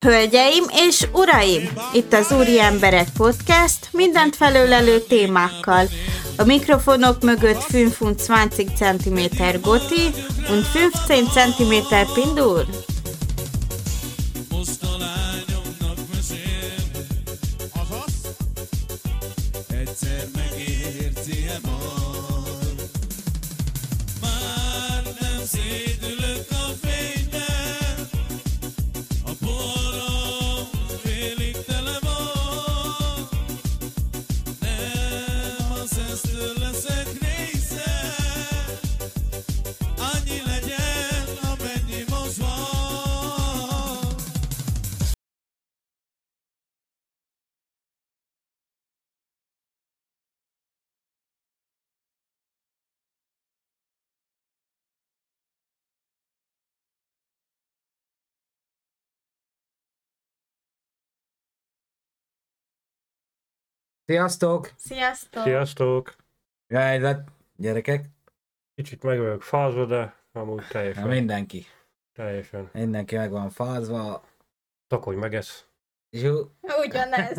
Hölgyeim és uraim! Itt az Úri Emberek Podcast, mindent felölelő témákkal. A mikrofonok mögött 25 cm Goti und 15 cm Pindur. Sziasztok! Sziasztok! Sziasztok! Mi a helyzet, gyerekek? Kicsit meg vagyok fázva, de amúgy teljesen. Na, mindenki. Teljesen. Mindenki meg van fázva. Takodj megesz. Zsú. Ugyanez.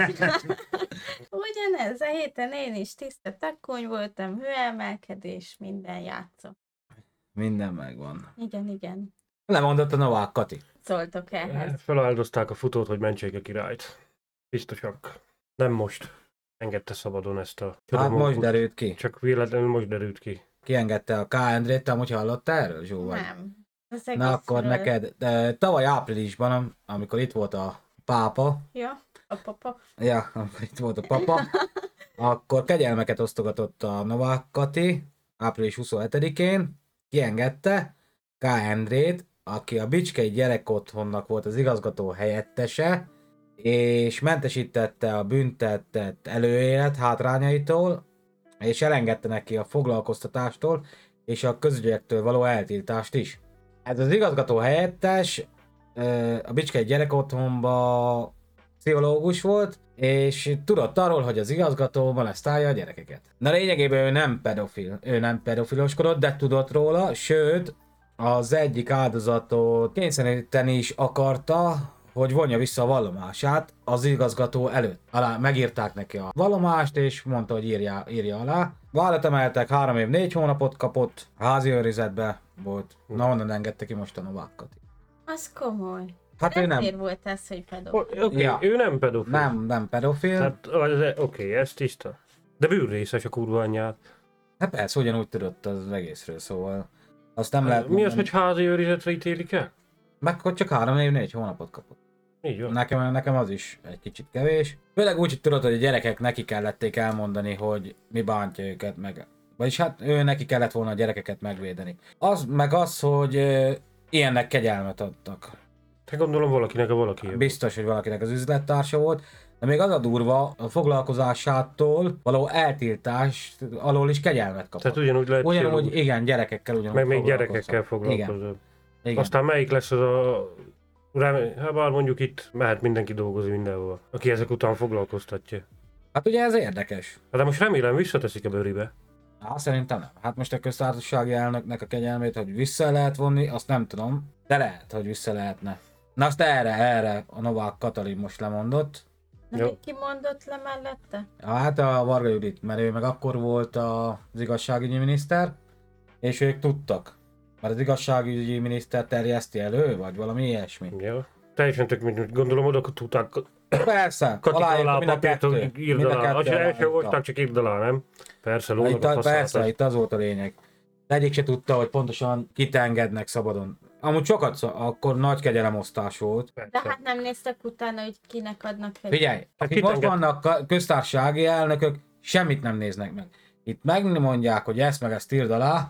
Ugyanez. A héten én is tiszta takony voltam, hőemelkedés, minden játszom. Minden megvan. Igen. Lemondott a Novák Kati. Szóltok ehhez. Feláldozták a futót, hogy mentsék a királyt. Biztosak. Nem most engedte szabadon ezt a... Hát most derült ki. Csak véletlenül most derült ki. Kiengedte a K. Endrét, amúgy hallottál erről, Zsó? Vagy? Nem. Na akkor neked, tavaly áprilisban, amikor itt volt a pápa, Ja, a papa. ja, amikor itt volt a papa, akkor kegyelmeket osztogatott a Novák Kati, április 27-én, kiengedte K. Endrét, aki a Bicskei Gyerekotthonnak volt az igazgató helyettese, és mentesítette a büntetett előélet hátrányaitól, és elengedte neki a foglalkoztatástól és a közügyektől való eltiltást is. Ez az igazgató helyettes a Bicskei Gyerekotthonban pszichológus volt, és tudott arról, hogy az igazgató molesztálja a gyerekeket. Na lényegében ő nem pedofiloskodott, de tudott róla, sőt, az egyik áldozatot kényszeríteni is akarta, hogy vonja vissza a vallomását az igazgató előtt. Megírták neki a vallomást, és mondta, hogy írja alá. Vádat emeltek, 3 év 4 hónapot kapott, házi őrizetbe volt. Na onnan engedte ki most a Novák Kati. Az komoly. Hát ő nem. Miért volt ez, hogy pedofil? Oké, Ja. ő nem pedofil. Nem pedofil. Hát, oké, ez tiszta. De bűnrészes a kurva anyját. Hát persze, ugyanúgy tudott az egészről, szóval azt nem lehet Mi az, mondani. hogy házi őrizetre ítélik el? Meg hogy csak 3 év 4 hónapot kapott. Így van. Nekem az is egy kicsit kevés. Főleg úgy, hogy tudod, hogy a gyerekek neki kellették elmondani, hogy mi bántja őket meg. Vagyis hát ő neki kellett volna a gyerekeket megvédeni. Az, hogy ilyennek kegyelmet adtak. Te gondolom valakinek a valaki. Biztos, hogy valakinek az üzlettársa volt. De még az a durva, a foglalkozásától való eltiltás alól is kegyelmet kapott. Tehát ugyanúgy lehet Ugyanúgy, igen, gyerekekkel ugyanúgy meg még foglalkoztak. gyerekekkel foglalkozol. Igen. Aztán melyik lesz az a... Hát bár mondjuk itt mehet mindenki dolgozni mindenhol, aki ezek után foglalkoztatja. Hát ugye ez érdekes. Hát de most remélem visszateszik a bőribe. Szerintem nem. Hát most a köztársasági elnöknek a kegyelmét, hogy vissza lehet vonni, azt nem tudom. De lehet, hogy vissza lehetne. Na azt erre a Novák Katalin most lemondott. Na, ki mondott le mellette? Hát a Varga Judit, mert ő meg akkor volt az igazságügyi miniszter, és ők tudtak. Mert az igazságügyi miniszter terjeszti elő, vagy valami ilyesmi. Ja. Teljesen tök mint gondolom oda tudták Persze, Katika alá aláírta a mind a papírt, kettő. hogy írd alá. Az első aláírta. olvasták, csak írd alá, nem? Persze, lónak a Persze, itt az volt a lényeg. De egyik se tudta, hogy pontosan kit engednek szabadon. Amúgy sokat akkor nagy kegyelemosztás volt. De hát nem néztek utána, hogy kinek adnak egy... Figyelj, akik most vannak köztársasági elnökök, semmit nem néznek meg. Itt megmondják, hogy ezt meg ezt írd alá,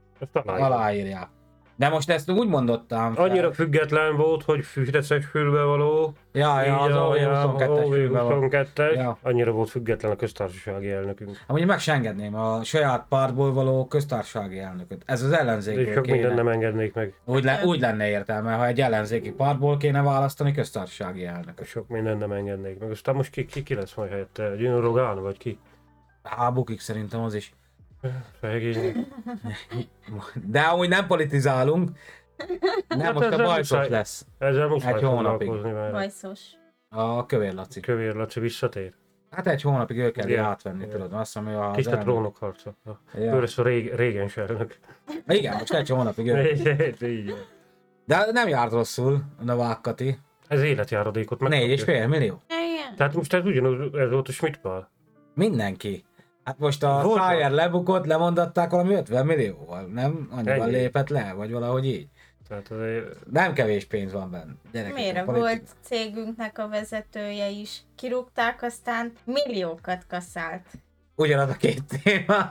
aláírják. De most ezt úgy mondottam fel. Annyira független volt, hogy fűreces fülbevaló. Ja, az OV22-es fülbevaló. Ja. Annyira volt független a köztársasági elnökünk. Amúgy meg se engedném a saját pártból való köztársasági elnököt. Ez az És ellenzékből sok mindent kéne. nem engednék meg. Úgy lenne értelme, ha egy ellenzéki pártból kéne választani köztársasági elnököt. Sok mindent nem engednék meg. Aztán most ki lesz majd helyette? Gino Rogán vagy ki? Bukik szerintem az is. Szegény. De amúgy nem politizálunk, Nem, Hát most a ezzel bajszos muszáj- lesz. Ezzel muszáj Egy hónapig. foglalkozni, mert Bajszos. A Kövér Laci. Kövér Laci visszatér. Hát egy hónapig ő kell Igen. átvenni, Igen. tudod. Azt mondja, ha az Kis a elnök... trónokharca. Ja. Ő lesz a régen sernek. Igen, most egy hónapig ő. Így. De nem járt rosszul a Novák Kati. Ez életjáradékot meg. 4,5 millió. Igen. Tehát most ez ugyanúgy, ez volt a Schmidt-pál. Mindenki. Hát most a Volt Szájer lebukott, lemondatták valami 50 millióval, nem? Annyival Ennyi. lépett le, vagy valahogy így. Tehát azért... Nem kevés pénz van benne. Gyerekek, Mire a politika. volt cégünknek a vezetője is. Kirúgták, aztán milliókat kaszált. Ugyanaz a két téma.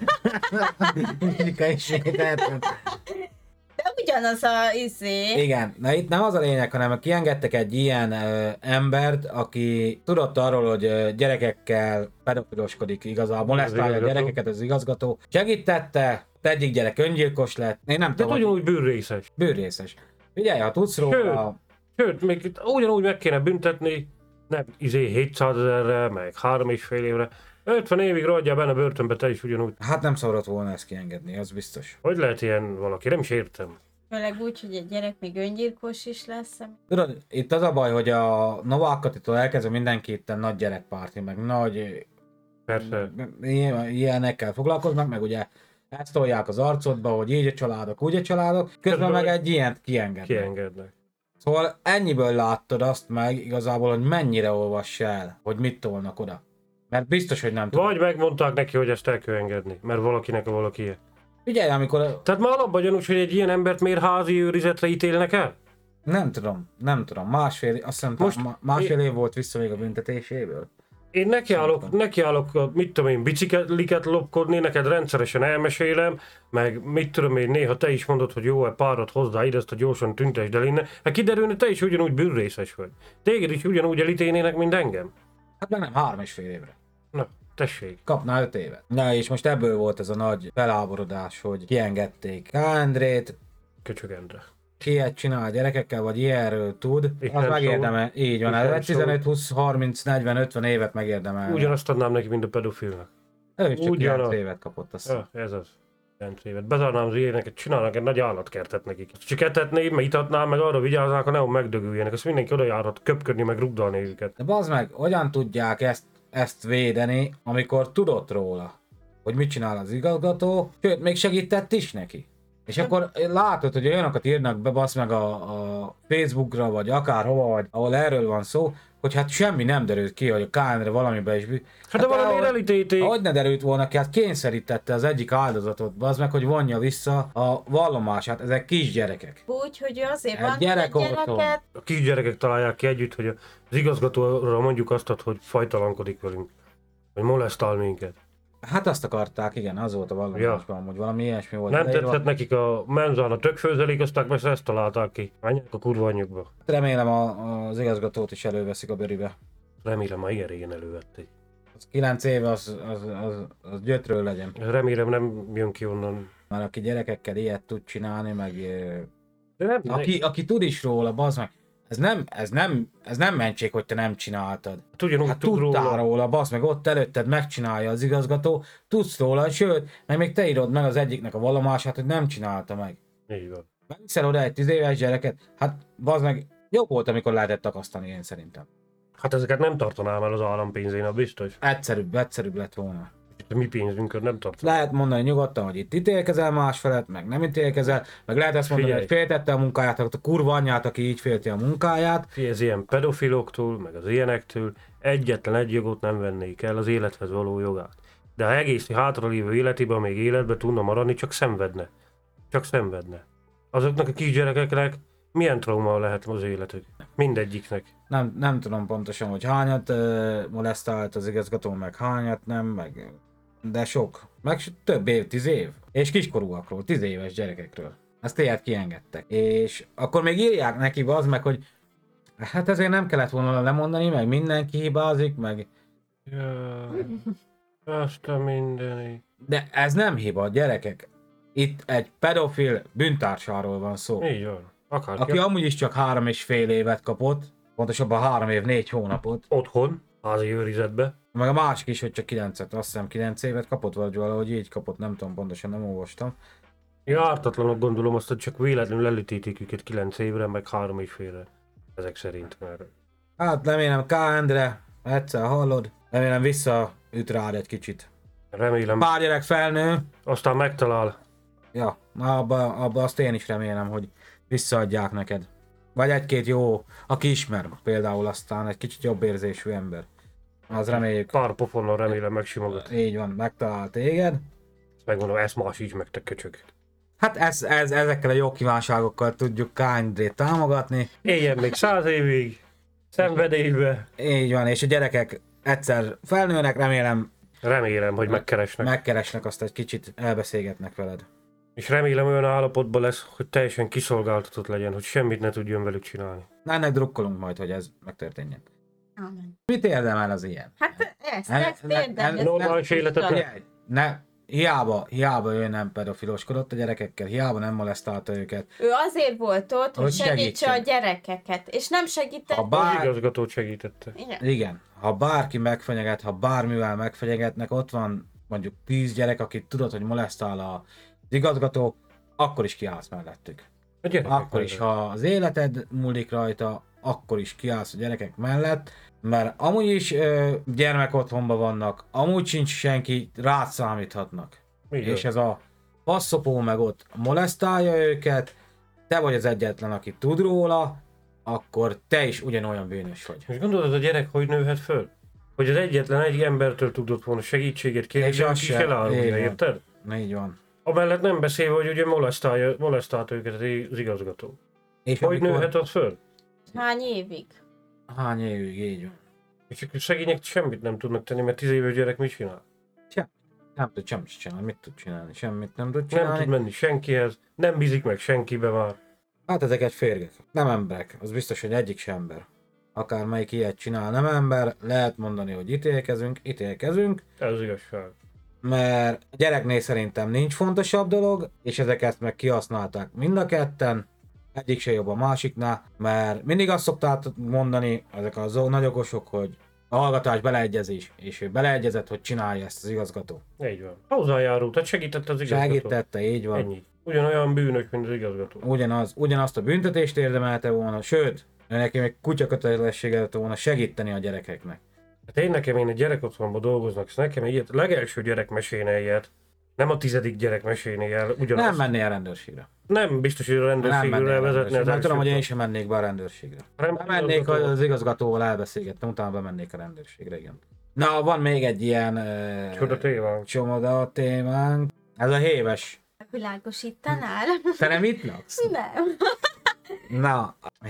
Mika ismételten. De ugyanaz a Igen, na itt nem az a lényeg, hanem kiengedtek egy ilyen embert, aki tudott arról, hogy gyerekekkel pedofiloskodik igazából, molesztálja a igazgató. gyerekeket az igazgató. Segítette, egyik gyerek öngyilkos lett, én nem De tudom, hogy ugyanúgy bűnrészes. bőrészes. Figyelj, ha tudsz róla, Sőt, még itt ugyanúgy meg kéne büntetni, nem 700 000-re, meg 3,5 évre. 50 évig ragadjál benne a börtönbe, te is ugyanúgy. hát nem szabadott volna ezt kiengedni, az biztos. Hogy lehet ilyen valaki? Nem is értem. Főleg úgy, hogy egy gyerek még öngyilkos is lesz. Tudod, itt az a baj, hogy a Novák Katitól elkezdve mindenki itt nagy gyerekpárti, meg nagy Persze. ilyenekkel foglalkoznak, meg ugye ezt tolják az arcodba, hogy így a családok, úgy a családok, közben Közben meg meg egy ilyent kiengednek. Kiengednek. Szóval ennyiből láttad azt meg igazából, hogy mennyire olvass el, hogy mit tolnak oda. Mert biztos, hogy nem tudom. Vagy megmondták neki, hogy ezt el kell engedni, mert valakinek a valakie. Figyelj, amikor... Tehát már alapban gyanús, hogy egy ilyen embert miért házi őrizetre ítélnek el? Nem tudom. Másfél, azt hiszem, Most másfél év volt vissza még a büntetéséből. Én nekiállok, mit tudom én, bicikliket lopkodni, neked rendszeresen elmesélem, meg mit tudom én, néha te is mondod, hogy jó, párat hozzá ide, ezt a gyorsan tüntesd el innen. Hát kiderülne, te is ugyanúgy bűnrészes vagy. Téged is ugyanúgy elítélnének, mint engem. Hát meg nem, 3,5 évre. Na, tessék. Kapná 5 évet. Na és most ebből volt ez a nagy felháborodás, hogy kiengedték K. Endrét, Köcsög Endre. ki ilyet csinál a gyerekekkel, vagy ilyenről tud, És az nem megérdemel. Így van, És nem ez 15, 20, 30, 40, 50 évet megérdemel. Ugyanazt adnám neki, mint a pedofilnak. Ő is csak ugyanaz. 9 évet kapott, azt hiszem. Ja, ez az. 9 évet. Bezárnám az ilyeneket, csinálnak egy nagy állatkertet nekik. Csak etetném, meg itatnám, meg arra vigyáznák, ha nehogy megdögüljenek. Azt mindenki oda járhat köpködni, meg rugdalni őket. De bazd meg, hogyan tudják ezt védeni, amikor tudott róla, hogy mit csinál az igazgató, sőt, még segített is neki. És akkor látod, hogy olyanokat írnak be, basz meg a Facebookra, vagy akárhova, vagy ahol erről van szó, hogy hát semmi nem derült ki, hogy a K.N.-re valamiben is... Hát de valamiért ahogy- elítélték. Ahogy ne derült volna ki, hát kényszerítette az egyik áldozatot, bazd meg, hogy vonja vissza a vallomását, ezek kisgyerekek. Úgy, hogy ő azért Egy van, hogy a gyerekorvotól. gyereket A kisgyerekek találják ki együtt, hogy az igazgatóra mondjuk azt, hogy fajtalankodik velünk. Vagy molesztál minket. Hát azt akarták, igen, az volt a vallomásban, hogy valami ilyesmi volt. Nem leírva. tetszett nekik a menzán a tökfőzelék, aztán meg ezt találták ki. Menjek a kurva anyjukba. Remélem az igazgatót is előveszik a bőribe. Remélem, már igen régen elővették. Az 9 éve az gyötről legyen. Remélem nem jön ki onnan. Már aki gyerekekkel ilyet tud csinálni, meg De nem, aki tud is róla, bazd meg, ez nem mentség, hogy te nem csináltad. ugyanúgy Hát tud tudtál róla. róla, bazd meg, ott előtted megcsinálja az igazgató, tudsz róla, sőt, meg még te írod meg az egyiknek a vallomását, hogy nem csinálta meg. Így van. Megviszel oda egy 10 éves gyereket, hát bazd meg, jobb volt, amikor lehetett akasztani, én szerintem. Hát ezeket nem tartanám el az állam pénzén, a biztos. Egyszerűbb lett volna. A mi pénzünkön nem tartanám. Lehet mondani nyugodtan, hogy itt ítélkezel másfelett, meg nem ítélkezel, meg lehet azt mondani, Figyelj. hogy féltette a munkáját, a kurva anyját, aki így félti a munkáját. Ez ilyen pedofiloktól, meg az ilyenektől egyetlen egy jogot nem vennék el, az élethez való jogát. De ha egész hátralévő életében még életbe tudna maradni, csak szenvedne. Csak szenvedne. Azoknak a kisgyerekeknek milyen trauma lehet az életük? Mindegyiknek. Nem tudom pontosan, hogy hányat molesztált az igazgató, meg hányat nem, meg... De sok. Meg több év, 10 év. És kiskorúakról, 10 éves gyerekekről. Ezt ilyet kiengedtek. És akkor még írják neki az meg, hogy hát ezért nem kellett volna lemondani, meg mindenki hibázik, meg... Ja, azt a mindeni. De ez nem hiba, gyerekek. Itt egy pedofil bűntársáról van szó. Így van. Akárki. Aki amúgy is csak 3,5 évet kapott, pontosabban 3 év, 4 hónapot, Otthon, házi őrizetbe. meg a másik is, hogy csak 9-et, azt hiszem 9 évet kapott, vagy valahogy így kapott, nem tudom pontosan, nem olvastam. Én ártatlanok gondolom azt, hogy csak véletlenül elütítik őket 9 évre, meg 3,5-re. Ezek szerint már. Hát remélem K. Endre, egyszer hallod, remélem visszaüt rád egy kicsit. Remélem, Pár gyerek felnő, aztán megtalál. ja, abba azt én is remélem, hogy visszaadják neked. Vagy egy-két jó, aki ismer, például aztán egy kicsit jobb érzésű ember. Az reméljük. Pár pofonnal remélem megsimogat. Így van, megtalál téged. Megmondom, ezt másíts meg, te köcsög. Hát ezekkel a jó kívánságokkal tudjuk K. Endrét támogatni. Éljen még 100 évig, szenvedélybe. Így van, és a gyerekek egyszer felnőnek, remélem Remélem, hogy megkeresnek. megkeresnek, azt egy kicsit elbeszélgetnek veled. És remélem olyan állapotban lesz, hogy teljesen kiszolgáltatott legyen, hogy semmit ne tudjon velük csinálni. Na, ennek drukkolunk majd, hogy ez megtörténjen. Amen. Mit érdemel az ilyen? Hát ezt érdemel. Normális életet nem. Figyelj, hiába ő nem pedofiloskodott a gyerekekkel, hiába nem molesztálta őket. Ő azért volt ott, hogy Hogy segítse a segítsen. gyerekeket, és nem segített. Ha Az bár, igazgatót segítette. Igen. igen, ha bárki megfenyeget, ha bármivel megfenyegetnek, ott van mondjuk 10 gyerek, akit tudod, hogy molesztál az igazgató, akkor is kiállsz mellettük. A gyerekek Akkor is, mellett. ha az életed múlik rajta, akkor is kiállsz a gyerekek mellett, mert amúgy is gyermek otthonban vannak, amúgy sincs senki, rád számíthatnak. Így És van. ez a passzopó meg ott molesztálja őket, te vagy az egyetlen, aki tud róla, akkor te is ugyanolyan bűnös vagy. És gondolod, a gyerek hogy nőhet föl? Hogy az egyetlen egy embertől tudott volna segítséget kérni, És de az ki se. se Így elárulja, van. érted? Így van. Amellett nem beszélve, hogy ugye molesztált őket az igazgató. És Hogy amikor... nőhet az föl? Hány évig? Hány évig, így van. És csak a szegények semmit nem tudnak tenni, mert 10 éves gyerek mit csinál? Nem tud semmit csinálni, mit tud csinálni? Semmit nem tud Nem csinálni. tud menni senkihez, nem bízik meg senkibe már. Hát ezek egy férgek, nem emberek, az biztos, hogy egyik sem ember. Akármelyik ilyet csinál, nem ember, lehet mondani, hogy ítélkezünk, Ez az igazság. mert a gyereknél szerintem nincs fontosabb dolog, és ezeket meg kihasználták mind a ketten, egyik se jobb a másiknál, mert mindig azt szokták mondani ezek az nagyokosok, hogy a hallgatás beleegyezés, és ő beleegyezett, hogy csinálja ezt az igazgató. Így van. Hozzájárult, tehát segítette az igazgató. Segítette, így van. Ennyi. Ugyanolyan bűnös, mint az igazgató. Ugyanazt a büntetést érdemelte volna, sőt, neki még kutyakötelessége lett volna segíteni a gyerekeknek. Hát én egy gyerekotthonban dolgoznak, és nekem ilyet, a legelső gyerek meséne ilyet, nem a 10. gyerek meséné el, ugyanaz. Nem menné a rendőrségre. Nem biztos, hogy a Nem rendőrségről menné a elvezetni rendőrségre. az Meg tudom, hogy én elsőt. sem mennék be a rendőrségre. Nem, Bemennék igazgató. az igazgatóval elbeszélgetni, utána bemennék a rendőrségre, igen. Na, van még egy ilyen Csoda tévánk. csomoda témánk. Ez a héves. Világosítanál? Te nem itt laksz? Nem. Na, a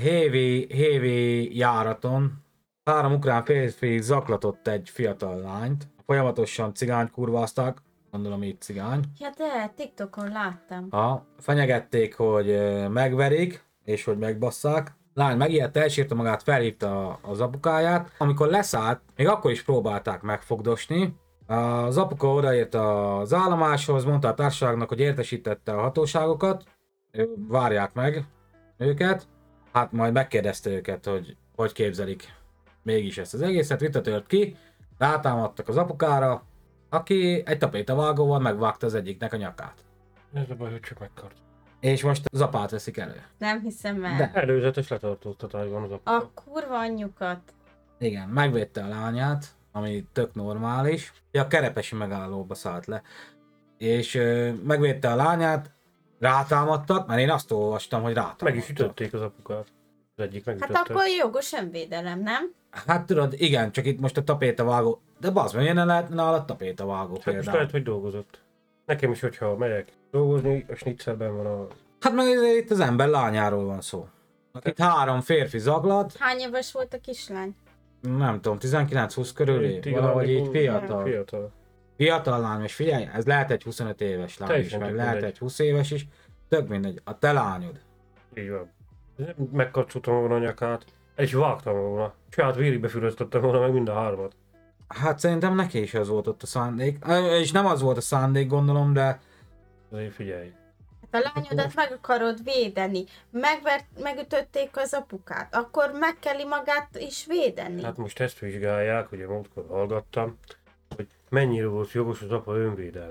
hévi járaton 3 ukrán férfi zaklatott egy fiatal lányt. Folyamatosan cigányt kurvázták, gondolom így cigány. Ja de, TikTokon láttam. Fenyegették, hogy megverik, és hogy megbasszák. Lány megijedt, elsírta magát, felhívta az apukáját. Amikor leszállt, még akkor is próbálták megfogdosni. Az apuka odaért az állomáshoz, mondta a társaságnak, hogy értesítette a hatóságokat, várják meg őket. Hát majd megkérdezte őket, hogy hogy képzelik mégis ezt az egészet, vita tört ki, rátámadtak az apukára, aki egy tapétavágóval megvágta az egyiknek a nyakát. Ez a baj, hogy csak megkart. És most az apát veszik elő. Nem hiszem el. De. Előzetes letartóztatás van az apuka. A kurva anyjukat. Igen, megvédte a lányát, ami tök normális. A kerepesi megállóba szállt le. És megvédte a lányát, rátámadtak, mert én azt olvastam, hogy rátámadtak. Meg is ütötték az apukát. Az egyik Hát megütötte. akkor jogos önvédelem, nem? Hát tudod, igen, csak itt most a tapétavágó, de bazd meg, ilyen lehet nála tapétavágó Hát most például. lehet, hogy dolgozott. Nekem is, hogyha megyek dolgozni, a Schnitzerben van a... Hát meg itt az ember lányáról van szó. Akit 3 férfi zaglat, Hány éves volt a kislány? nem tudom, 19-20 körül, Itt valahogy így igazából fiatal. Fiatal. Fiatal lány, és figyelj, ez lehet egy 25 éves lány is, Teljesen meg tök lehet mindegy. egy 20 éves is, tök mindegy, a te lányod. Így van. Megkapcsoltam volna a nyakát, és vágtam volna. Saját vérigbe füröztettem volna meg mind a 3-at. Hát szerintem neki is az volt ott a szándék, és nem az volt a szándék, gondolom, de Azért figyelj. Hát a lányodat meg akarod védeni. Megütötték az apukát. Akkor meg kell magát is védeni. Hát most ezt vizsgálják, ugye múltkor hallgattam, hogy mennyire volt jogos az apa önvédelme.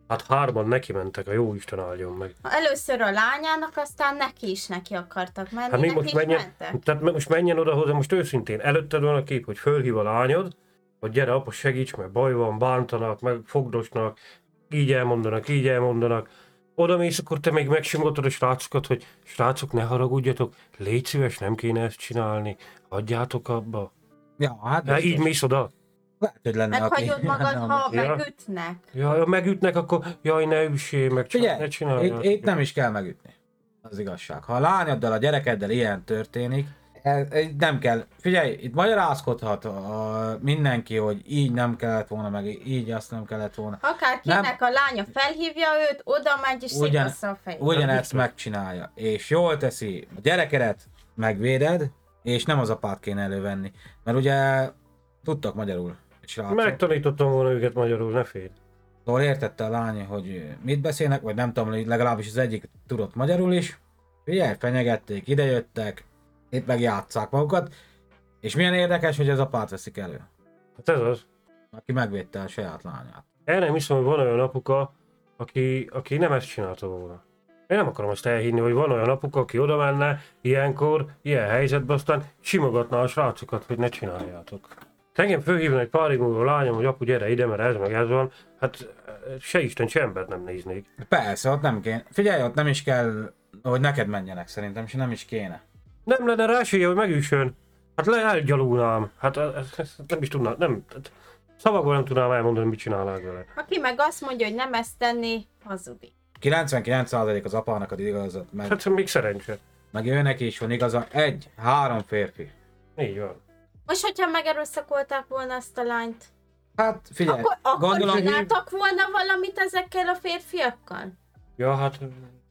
Hát 3-an neki mentek, a jó Isten áldjon meg. Először a lányának, aztán neki akartak menni, Hát még neki most is menjen, mentek. tehát most menjen oda hozzá, most őszintén, előtted van a kép, hogy fölhív a lányod, hogy gyere apa segíts, mert baj van, bántanak, meg fogdosnak, így elmondanak. Oda mész, akkor te még megsimogatod a srácokat, hogy srácok, ne haragudjatok, légy szíves, nem kéne ezt csinálni, hagyjátok abba. Ja, hát Hát így mész oda. lehet, hogy lenne, Meghagyod magad, ha Ja. megütnek. Ja, ha megütnek, akkor jaj, ne üssél, meg csak ne Figyelj, csinálják. itt nem is kell megütni. Az igazság. Ha a lányoddal, a gyerekeddel ilyen történik, nem kell. Figyelj, itt magyarázkodhat mindenki, hogy így nem kellett volna, meg így azt nem kellett volna. Akár kinek a lánya felhívja őt, oda megy és szétbassza a fejét. Ugyanezt megcsinálja. És jól teszi, a gyerekedet megvéded, és nem az apát kéne elővenni. Mert ugye tudtak magyarul, srácok. Megtanítottam volna őket magyarul, ne félj. Szóval értette a lány, hogy mit beszélnek, vagy nem tudom, legalábbis az egyik tudott magyarul is. Figyelj, fenyegették, idejöttek, itt meg játsszák magukat. És milyen érdekes, hogy az apát veszik elő, Hát ez az. aki megvédte a saját lányát. El nem hiszem, hogy van olyan apuka, aki nem ezt csinálta volna. Én nem akarom azt elhinni, hogy van olyan apuka, aki oda menne ilyenkor, ilyen helyzetben, aztán simogatná a srácokat, hogy ne csináljátok. Engem fölhívna egy pár év múlva a lányom, hogy apu gyere ide, mert ez meg ez van, hát se Isten, se embert nem néznék. Persze, ott nem kéne. Figyelj, ott nem is kell, hogy neked menjenek szerintem, és nem is kéne. Nem lenne rá esélye, hogy megüssön. Hát elgyalulnám. Hát ezt nem is tudnám, nem. Szavakban nem tudnám elmondani, mit csinálnák vele. Aki meg azt mondja, hogy nem ezt tenni, hazudik. 99% az apának ad igazat, Hát még szerencse. meg őnek is van igaza. 3 férfi. Így van. Most, hogyha megerőszakolták volna azt a lányt, Hát figyelj, akkor gondolom, csináltak volna valamit ezekkel a férfiakkal? Ja, hát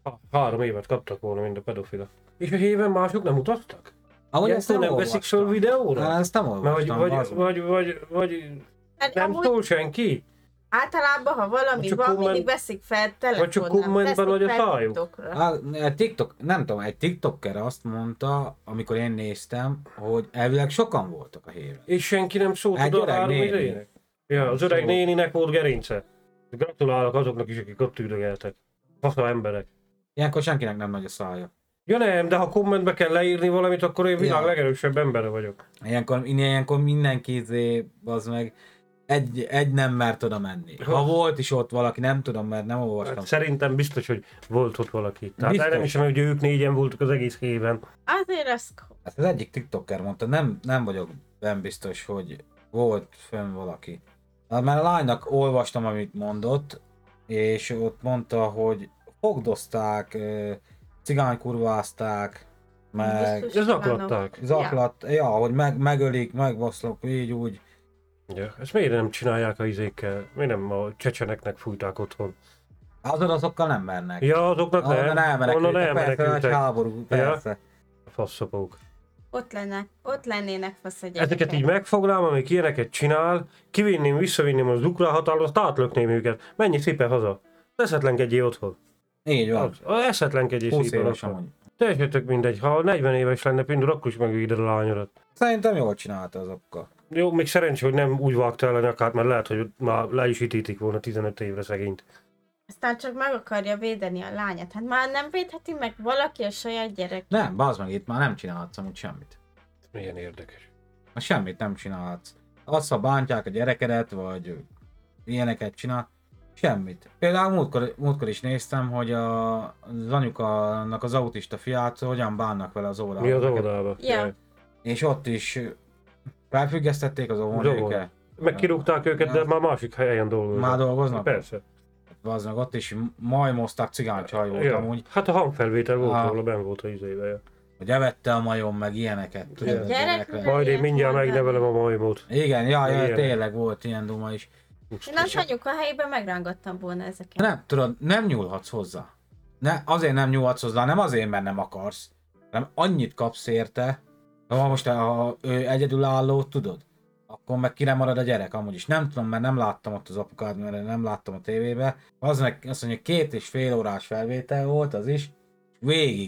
3 évet kaptak volna mind a pedofila. És a héven mások nem utaztak? ahogy ezt Nem veszik föl videóra? Hát, ezt nem Mert olvastam. vagy Hát nem amúgy szól senki? általában, ha valami Csak van, komment- mindig veszik fel vagy csak telefonon, kommentben vagy a szájuk. TikTokra. Egy TikTok, nem tudom, egy TikToker azt mondta, amikor én néztem, hogy elvileg sokan voltak a héven. És senki nem szólt Egy oda öreg 3 néni. idejének? Ja, az öreg Szóval- néninek volt gerince. Gratulálok azoknak is, akik ott üldögeltek. Fasza emberek. Ilyenkor senkinek nem nagy a szája. Ja nem, de ha kommentbe kell leírni valamit, akkor én világ Ja. legerősebb embere vagyok. Ilyenkor mindenki az meg egy nem mert oda menni. Ha volt is ott valaki, nem tudom, mert nem olvastam. Hát szerintem biztos, hogy volt ott valaki. Tehát Biztos. nem hiszem, hogy ők 4-en voltak az egész héven. Azért az Ezt az egyik TikToker mondta, nem vagyok benne biztos, hogy volt fönn valaki. Mert a lánynak olvastam, amit mondott, és ott mondta, hogy fogdozták, cigánykurvázták, meg biztos zaklatták. zaklat, ja, hogy megölik, megboszlok, így úgy. Ja, ezt miért nem csinálják a izékkel? Miért nem a csecseneknek fújták otthon? Azokkal nem mernek. Ja, azoknak Onnan nem. Onnan elmenekültek, persze, egy elmenekültek. háború, persze. A faszopók. ott lennének fasz a gyerekek. Ezeket így megfognám, amik ilyeneket csinál, visszavinném az ukrán határon, azt átlökném őket. Menj szépen haza. Eszetlenkedjél otthon. Így van. Eszetlenkedjél 20 szépen éves otthon. amúgy. Teljesen tök mindegy, ha 40 éves lenne például, akkor is megvéded a lányodat. Szerintem jól csinálta azokkal. Jó, még szerencsé, hogy nem úgy vágta el a nyakát, mert lehet, hogy már le is ítítik volna 15 évre szegényt. Aztán csak meg akarja védeni a lányát. Hát már nem védheti meg valaki a saját gyerek. Nem, bazd meg, itt már nem csinálhatsz amúgy semmit. Milyen érdekes. Már semmit nem csinálhatsz. Az, ha bántják a gyerekedet, vagy ilyeneket csinál, semmit. Például múltkor is néztem, hogy az anyukának az autista fiát hogyan bánnak vele az órában. Mi az óvodába? Ja. És ott is felfüggesztették az Óvodát. óvónőket. Meg kirúgták őket, de már másik helyen dolgoznak. Már dolgoznak? Persze. Az meg ott is majmozták, cigánycsaj volt amúgy, Hát a hangfelvétel volt Aha. róla, benn volt az izébe. hogy evette a majom, meg ilyeneket. tudod, Igen. a Gyerek, gyerekre. Majd én Ilyet mindjárt mondani. megnevelem a majmot. Igen, Igen. tényleg volt ilyen duma is. Én az anyuka helyében megrángattam volna ezeket. Nem, tudod, nem nyúlhatsz hozzá. Azért nem nyúlhatsz hozzá, nem azért, mert nem akarsz, hanem annyit kapsz érte, ha most ő egyedülálló, tudod, akkor meg kire marad a gyerek amúgy is. Nem tudom, mert nem láttam ott az apukád, mert nem láttam a tévébe. Azt mondja, 2,5 órás felvétel volt az is, végig.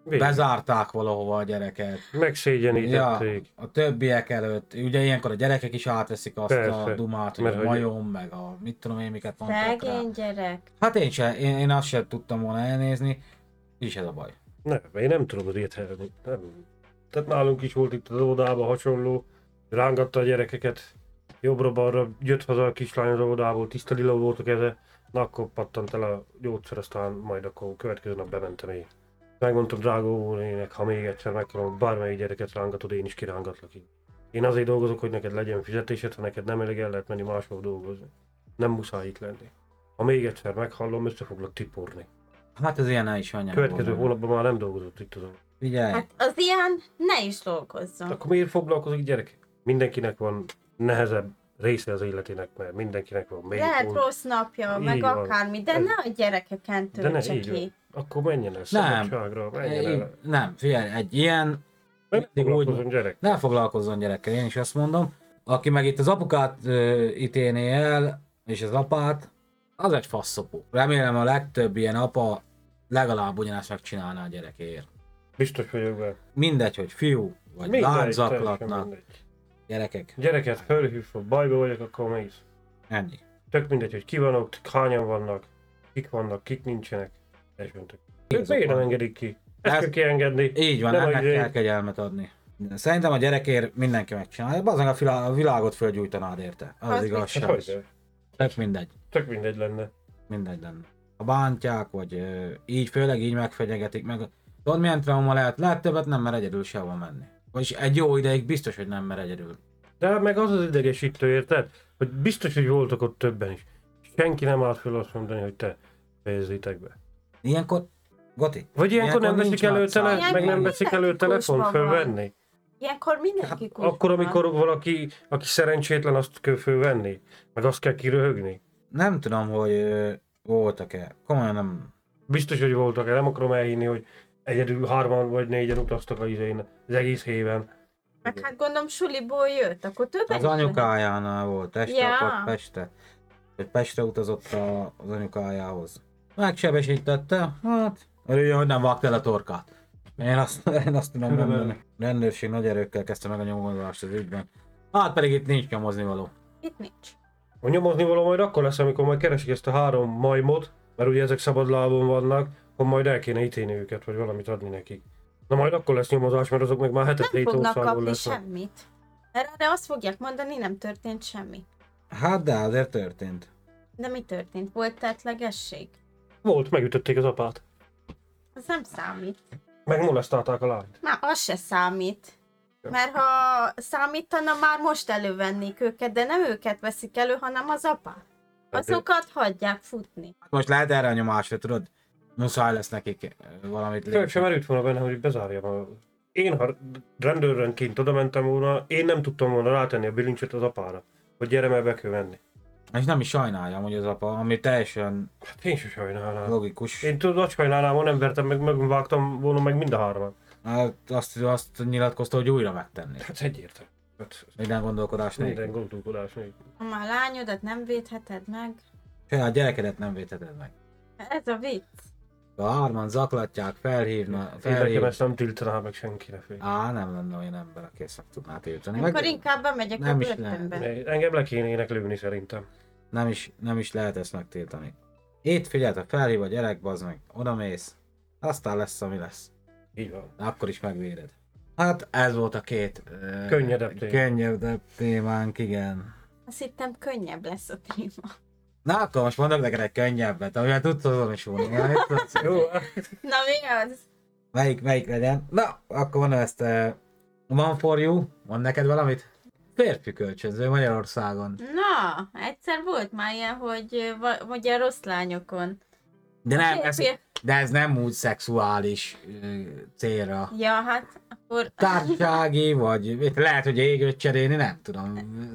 bezárták valahova a gyereket. Megszégyenítették. Ja, a többiek előtt, ugye ilyenkor a gyerekek is átveszik azt Persze, a dumát, hogy mert a hogy- majom, meg a mit tudom én, miket mondtak rá. Szegény gyerek. Hát én azt sem tudtam volna elnézni, is ez a baj. Nem, én nem tudom az értelni. Nem. Tehát nálunk is volt itt az óvodában hasonló, rángatta a gyerekeket, jobbra-balra, jött haza a kislány az óvodából, tiszta lila volt a keze, na akkor pattant el a gyógyszer, aztán majd akkor következő nap bementem én. Megmondtam drága óvónének, ha még egyszer meghalom, bármelyik gyereket rángatod, én is kirángatlak így. Én azért dolgozok, hogy neked legyen fizetésed, ha neked nem elég, el lehet menni máshol dolgozni. Nem muszáj itt lenni. Ha még egyszer meghallom, össze foglak tiporni. Hát ez ilyen el is anyám. Következő hónapban már nem dolgozott itt tudom. Figyelj, Hát az ilyen ne is dolgozzon. Akkor miért foglalkozik gyerek? Mindenkinek van nehezebb része az életének, mert mindenkinek van még Lehet pont. rossz napja, meg Így van. akármi, de ne a gyerekeken De ne, töltse így van. ki. Akkor menjen el Nem. szabadságra, menjen el. nem, figyelj, egy ilyen, Nem mindig úgy, foglalkozom gyerek. ne foglalkozzon gyerekkel, én is azt mondom. Aki meg itt az apukát ítélné el, és az apát, az egy faszopó. Remélem a legtöbb ilyen apa legalább ugyanezt megcsinálná a gyerekéért. Biztos vagyok benne. Mindegy, hogy fiú, vagy Mindegy, lány teljesen zaklatnak, mindegy. gyerekek, Gyereket felhívsz, ha bajba vagyok, akkor mész. ennyi. Tök mindegy, hogy ki vannak, hányan vannak, kik nincsenek. Teljesen tök. Ők Igazad miért nem van. engedik ki? Ezt Ez- kell kiengedni. Így van, Nem ennek a izé- kell kegyelmet adni. Szerintem a gyerekért mindenki megcsinálja, bazdmeg a világot fölgyújtanád érte. Az Az igazság. Hát hogy? Tök mindegy. Tök mindegy lenne. Mindegy lenne. Ha bántják, vagy így, főleg így megfenyegetik meg. Tudod milyen trauma lehet? Lehet többet nem mer egyedül sehova menni. Vagyis egy jó ideig biztos, hogy nem mer egyedül. De meg az az idegesítő, érted? Hogy biztos, hogy voltak ott többen is. Senki nem állt föl azt mondani, hogy te fejezzétek be. Ilyenkor, Goti? Vagy ilyenkor nem nincs veszik elő nagy szám. meg nem Ilyenkor veszik elő mindenki telefont kusban van. fölvenni. Ilyenkor mindenki kusban Akkor, van. amikor valaki, aki szerencsétlen, azt kell fölvenni. Meg azt kell kiröhögni. Nem tudom, hogy voltak-e. Komolyan nem. Biztos, hogy voltak, nem akarom elhinni, hogy egyedül 3 vagy 4-en utaztak az egész héven. Meg hát gondolom suliból jött, akkor többen Az is lehet. anyukájánál volt este, Ja. akkor Pestre. Hogy Pestre utazott az anyukájához. Megsebesítette, hát örüljön, hogy nem vágta el a torkát. Én azt tudom mondani. Rendőrség nagy erőkkel kezdte meg a nyomozást az ügyben. Hát pedig itt nincs nyomozni való. Itt nincs. A nyomozni való majd akkor lesz, amikor majd keresik ezt a 3 majmot, mert ugye ezek szabadlábon vannak, akkor majd el kéne ítélni őket, vagy valamit adni nekik. Na majd akkor lesz nyomozás, mert azok meg már hetet Nem fognak országból kapni lesznek. semmit. Erre azt fogják mondani, nem történt semmi. Hát de azért történt. De mi történt? Volt tettlegesség? Volt, megütötték az apát. Az nem számít. Meg molesztálták a lányt. Már az se számít. Mert ha számítana, már most elővennék őket, de nem őket veszik elő, hanem az apát. Azokat hagyják futni. Most lehet erre a nyomásra, tudod? Muszáj lesz nekik valamit Föl sem lépni. merült volna benne, hogy bezárjam a... Én, ha rendőrönként oda mentem volna, én nem tudtam volna rátenni a bilincset az apára, hogy gyere, mert be kell venni. És nem is sajnáljam, hogy az apa, ami teljesen Hát én sem sajnálnám. logikus. Én tudod, azt sajnálnám, ha nem vertem meg, megvágtam volna meg mind a 3-at. Hát azt nyilatkozta, hogy újra megtenni. Hát egyértelmű. Hát, Minden gondolkodás nélkül. minden gondolkodás nélkül. Ha már lányodat nem védheted meg. Saját gyerekedet nem védheted meg. Ez a vicc. Ha 3-an zaklatják, Én nekem ezt nem tiltaná meg senkire fél. Nem lenne olyan ember, aki ezt meg tudná tiltani. Akkor inkább bemegyek nem a is börtönbe. Engem le kénének lőni szerintem. Nem is lehet ezt megtiltani. Itt figyelj, felhív a gyerek, bazd meg, oda mész, aztán lesz, ami lesz. Így van. De akkor is megvéded. Hát ez volt a két könnyedebb témánk, igen. Azt hittem könnyebb lesz a téma. Na akkor most mondok neked egy könnyebbet, amivel tudsz azon is volni. Jó, Na mi az? Melyik legyen? Na, akkor mondom ezt. One for you, mond neked valamit? Férfi kölcsönző Magyarországon. Na, egyszer volt már ilyen, hogy a rossz lányokon. De nem, Férfi- de ez nem úgy szexuális célra. Ja, hát akkor... Társasági, vagy itt lehet, hogy égőt cserélni, nem tudom.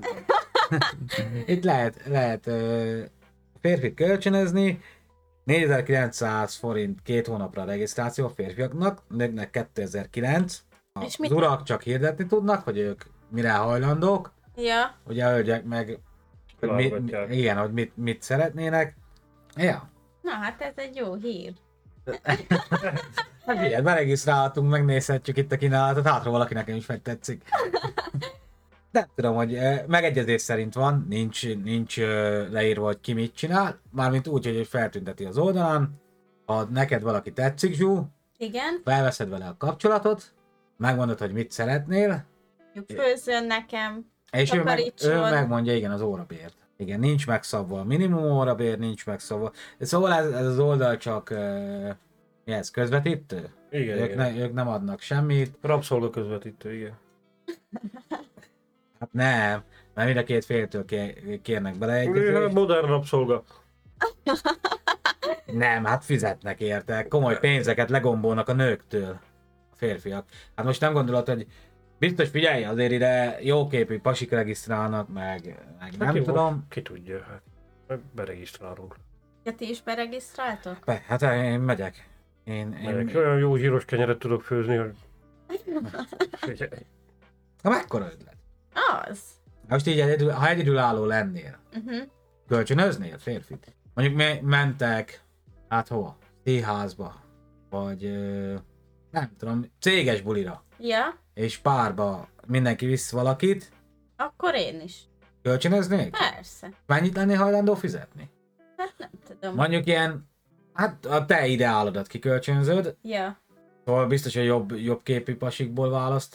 Itt lehet férfit kölcsönözni, 4900 forint 2 hónapra a regisztráció a férfiaknak, nőknek 2009. És Az mit- urak csak hirdetni tudnak, hogy ők mire hajlandók, Ja, hogy a hölgyek meg hogy Válogatják. igen, hogy mit szeretnének. Ja. na hát ez egy jó hír. Hát figyelj, beregisztrálhatunk, megnézhetjük itt a kínálatot, hátra valakinek is megtetszik. Nem tudom, hogy megegyezés szerint van, nincs leírva, hogy ki mit csinál, mármint úgy, hogy feltünteti az oldalán, ha neked valaki tetszik, Zsú, Igen, felveszed vele a kapcsolatot, megmondod, hogy mit szeretnél, főzzön nekem, és ő takarítson. megmondja, igen, az órabért. Igen, nincs megszabva a minimum órabér, nincs megszabva. Szóval ez az oldal csak mi ez, közvetítő? Igen, Ők nem adnak semmit. Rabszolga közvetítő, igen. Hát nem, mert mind a két féltől kérnek beleegyezést. Modern rabszolga. Nem, hát fizetnek érte. Komoly pénzeket legombolnak a nőktől. A férfiak. Hát most nem gondolod, hogy biztos figyelj, azért ide jóképű pasik regisztrálnak, meg nem Hát tudom. Ki tudja, hát beregisztrálunk. Ja, ti is beregisztráltok? Hát én megyek. Én... Olyan jó zsíros kenyeret tudok főzni, hogy... Figyelj. Na mekkora ötlet? Az. Most így ha egyedülálló lennél, kölcsönöznél férfit? Mondjuk mentek, hát hova? Színházba, vagy nem tudom, céges bulira, Ja, és párba mindenki visz valakit, akkor én is. kölcsönöznék? Persze. Mennyit lennél hajlandó fizetni? Hát nem tudom. Mondjuk ilyen, hát a te ideálodat kikölcsönzöd, Ja, szóval biztos, hogy jobb képű pasikból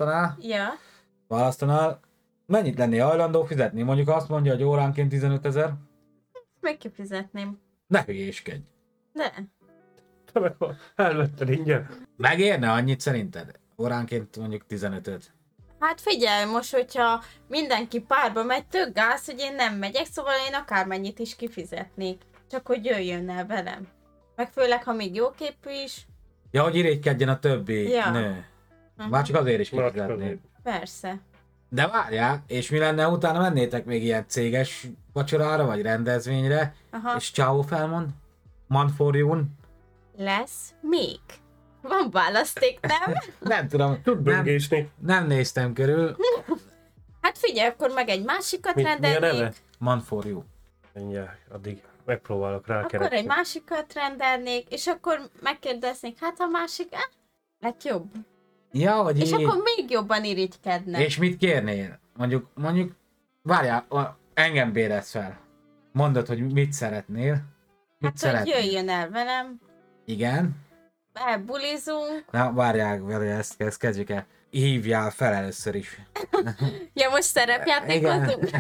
választanál. Mennyit lennél hajlandó fizetni? Mondjuk azt mondja, hogy óránként 15 000. meg kifizetném. Ne hülyéskedj. De. Te meg elvetted ingyen. Megérne annyit szerinted? Óránként mondjuk 15-öt. Hát figyelj, most, hogyha mindenki párba megy, tök gáz, hogy én nem megyek, szóval én akármennyit is kifizetnék. Csak hogy jöjjön el velem. Meg főleg, ha még jóképű is. Ja, hogy irigykedjen a többi Ja. nő. Már csak azért is kifizetnék. Persze. De várjál, és mi lenne, utána mennétek még ilyen céges vacsorára, vagy rendezvényre, Aha. és ciao felmond? Man for you-n? Lesz még. Van választék, nem? Nem tudom, Tud böngészni. nem néztem körül. Hát figyelj, akkor meg egy másikat Mi a neve? rendelnék. Man for you. Mindjárt, addig megpróbálok Akkor rákeresni. egy másikat rendelnék, és akkor megkérdeznék, hát a másik lett jobb. Ja, hogy És így. akkor még jobban irigykednek. És mit kérnél? Mondjuk, várjál, engem bérez fel. Mondod, hogy mit szeretnél. Mit Hát, hogy szeretnél? jöjjön el velem, Igen. elbulizunk. Na, várjál, ezt kezdjük el. Hívjál fel először is. Ja, most szerepjátékozunk?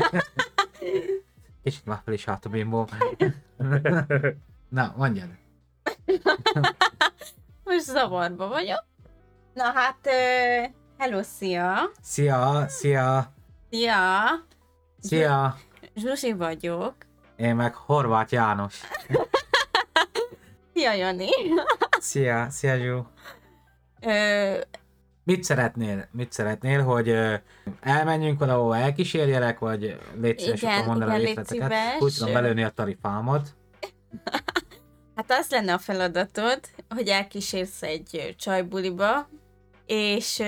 Kicsit már fel is állt a bimbóm. Na, mondjad. Most zavarba vagyok. Na hát, hello, szia! Szia. Szia! Szia. Zsuzsi vagyok. Én meg Horváth János. Szia, Jani! Szia Zsú. Ö, Mit szeretnél, hogy elmenjünk valahol, elkísérjelek, vagy légy szíves, Igen, akkor mondd el a igen, légy részleteket. szíves. Úgy tudom belőni a tarifámat. Hát az lenne a feladatod, hogy elkísérsz egy csajbuliba, és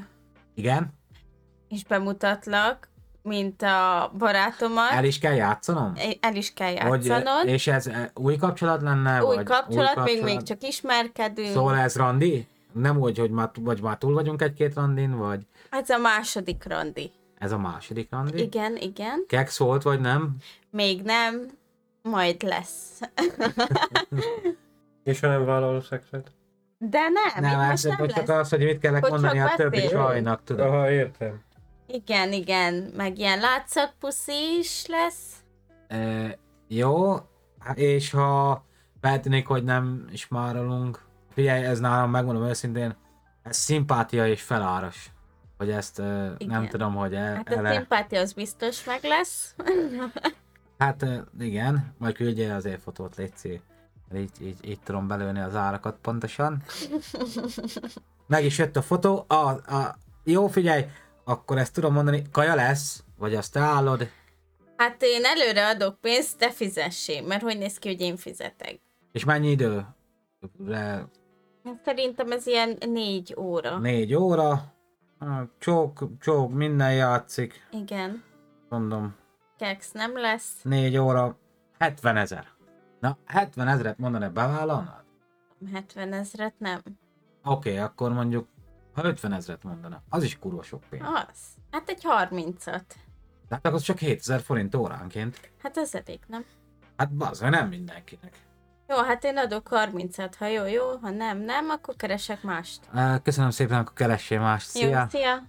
Igen? bemutatlak, mint a barátomat. El is kell játszanom? El is kell játszanod. És ez új kapcsolat lenne? Új vagy kapcsolat, még csak ismerkedünk. Szóval ez randi? Nem úgy, hogy már túl vagyunk egy-két randin, vagy Ez a második randi. ez a második randi? Igen. Kex volt, vagy nem? Még nem, majd lesz. És ha nem vállal a szexet? De nem, Nem, itt most ez nem csak lesz. az, hogy mit kellett Hogy mondani csak a többi beszél. csajnak, tudod. Aha, értem. Igen, meg ilyen látszatpuszi is lesz. Jó, és ha feltűnik, hogy nem ismárolunk, figyelj, ez nálam, megmondom őszintén, ez szimpátia és feláras. Hogy ezt nem tudom, hogy Hát a szimpátia az biztos meg lesz. Hát igen, majd küldje azért fotót, légy. Így tudom belőni az árakat pontosan. Meg is jött a fotó. Jó, figyelj, akkor ezt tudom mondani, kaja lesz, vagy azt te állod. Hát én előre adok pénzt, te fizessél, mert hogy néz ki, hogy én fizetek. És mennyi idő? Szerintem ez ilyen 4 óra. 4 óra. Csók, minden játszik. Igen. Mondom, Kex nem lesz. 4 óra, 70 000. Na, 70 000-et mondaná, bevállalnád? 70 000 nem. Oké, akkor mondjuk, ha 50 000 mondana, az is kurva sok pénz. Az. Hát egy 30-at. Tehát akkor csak 7000 forint óránként. Hát ez elég, nem? Hát bazd, nem mindenkinek. Jó, hát én adok 30-at, ha jó, ha nem, akkor keresek mást. Köszönöm szépen, akkor keressél mást. Jó, Szia! szia!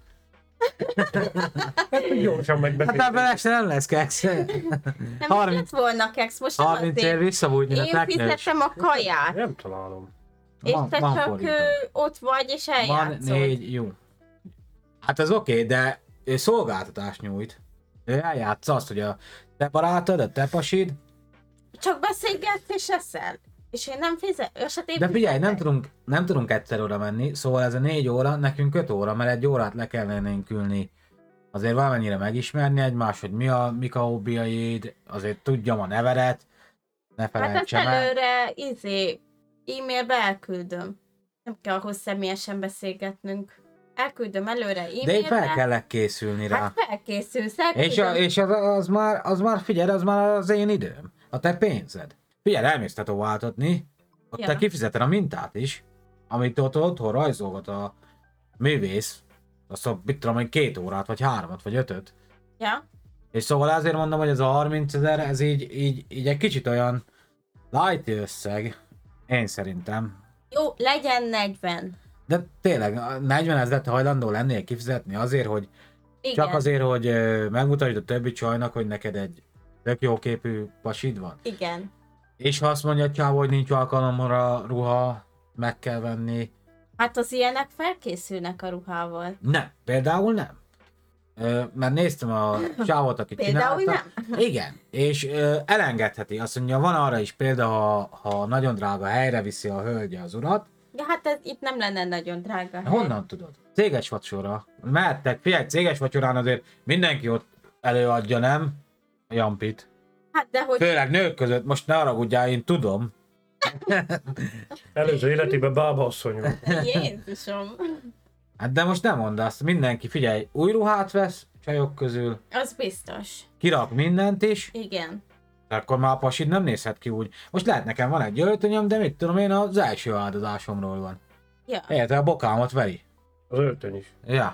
Hát gyorsan Hát megbeszéltük. ebben este nem lesz keksz. Nem 30 lett volna keksz, most nem 30 ér azért. visszabújni a Én teknős. fizettem a kaját, Nem találom. és Van- te van csak forintom. ott vagy, és Van eljátszol. 4, jó. Hát ez oké, de ő szolgáltatást nyújt. Ő eljátsza azt, hogy a te barátod, a te pasid, Csak beszélgetsz és eszel. És én nem fizetek. de figyelj, nem tudunk egyszer oda menni, szóval ez a 4 óra, nekünk 5 óra, mert egy órát le kellene ülni. Azért valamennyire megismerni egymást, hogy mik a hobbiaid, azért tudjam a nevedet, ne Hát ezt felejtsem el. előre e-mailbe elküldöm. Nem kell ahhoz személyesen beszélgetnünk. Elküldöm előre De én e-mailbe. fel kellek készülni rá. Hát felkészülsz, És, elküldöm. és az már, figyelj, az már az én időm. A te pénzed. Figyelj, elmész tetováltatni, ott Ja. te kifizeted a mintát is, amit ott otthon rajzolgat a művész, azt a, mit tudom én, 2 órát, vagy 3-at, vagy 5-öt. Ja? És szóval azért mondom, hogy ez a 30 000, ez így egy kicsit olyan light összeg, én szerintem. Jó, legyen 40. De tényleg, 40 000 hajlandó lennél kifizetni azért, hogy Igen. csak azért, hogy megmutasd a többi csajnak, hogy neked egy tök jó képű pasid van. Igen. És ha azt mondja a csávó, hogy nincs alkalomra ruha, meg kell venni. Hát az ilyenek felkészülnek a ruhával. Nem, például nem. Mert néztem a csávót, aki Például csinálta. Igen, és elengedheti. Azt mondja, van arra is példa, ha nagyon drága helyre viszi a hölgye az urat. Ja, hát ez itt nem lenne nagyon drága. Honnan tudod? Céges vacsora. Mehettek, figyelj, céges vacsorán azért mindenki ott előadja, nem? A jampit. Hát de hogy Főleg nők között, most ne haragudjál, én tudom. Előző életében bábasszony volt. Jézusom. Hát de most nem mondd azt, mindenki, figyelj, új ruhát vesz csajok közül, Az biztos. kirak mindent is, Igen. akkor már a pasid nem nézhet ki úgy. Most lehet nekem van egy öltönyöm, de mit tudom én, az első áldozásomról van. Ja. Érted, a bokámat veri. Az öltöny is. Ja.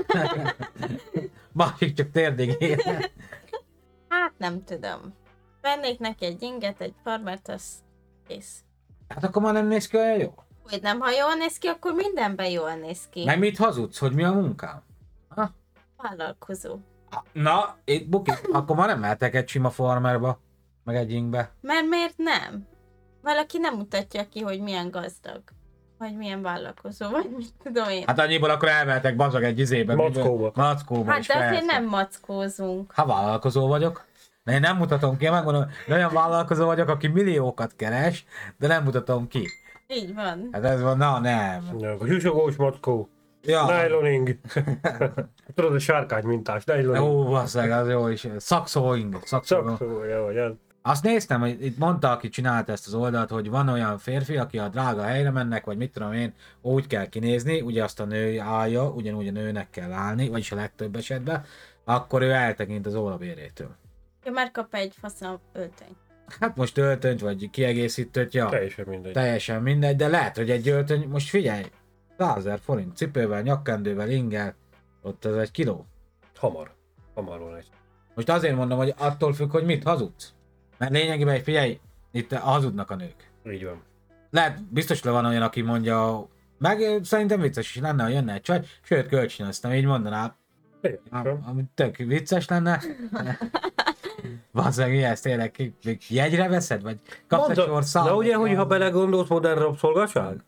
Másik csak térdig ér. Hát nem tudom. Vennék neki egy inget, egy farmert, az kész. Hát akkor már nem néz ki olyan jó. Hogy nem, ha jól néz ki, akkor mindenben jól néz ki. Meg mit hazudsz, hogy mi a munkám? Ha? Vállalkozó. Na, itt buki, akkor már nem mehetek egy sima farmerba, meg egy ingbe. Mert miért nem? Valaki nem mutatja ki, hogy milyen gazdag. Vagy milyen vállalkozó, vagy mit tudom én. Hát annyiból akkor elmehetek bazag egy izébe. Mackóba. Mackóba Hát is de azért persze. nem mackózunk. Ha vállalkozó vagyok, de én nem mutatom ki, megmondom, de olyan vállalkozó vagyok, aki milliókat keres, de nem mutatom ki. Így van. Hát ez van, na nem. Ja, hűsogós mackó. Ja, Nyloning. Tudod, a sárkány mintás. Nyloning. ó, basszeg, az jó is. Szakszóing. Szakszó, ja, vagy ez. Azt néztem, hogy itt mondta, aki csinálta ezt az oldalt, hogy van olyan férfi, aki a drága helyre mennek, vagy mit tudom én, úgy kell kinézni, ugye azt a nő állja, ugyanúgy a nőnek kell állni, vagyis a legtöbb esetben, akkor ő eltekint az órabérétől. Ja, már kap egy faszom öltöny. Hát most öltönyt, vagy kiegészítőt, ja, Teljesen mindegy. teljesen mindegy, de lehet, hogy egy öltöny, most figyelj, 100 000 forint cipővel, nyakkendővel, ingel, ott az 1 kiló. Hamar. Hamar van egy. Most azért mondom, hogy attól függ, hogy mit hazudsz. Mert lényegében, figyelj, itt hazudnak a nők. Így van. Lehet, biztos van olyan, aki mondja, meg szerintem vicces is lenne, ha jönne egy csaj, sőt, kölcsönöztem, így mondaná, ami tök vicces lenne. Bazzeg, mi ez tényleg, jegyre veszed, vagy kapsz egy sor számot? Na ugye, hogy ha belegondolsz, modern rabszolgaság?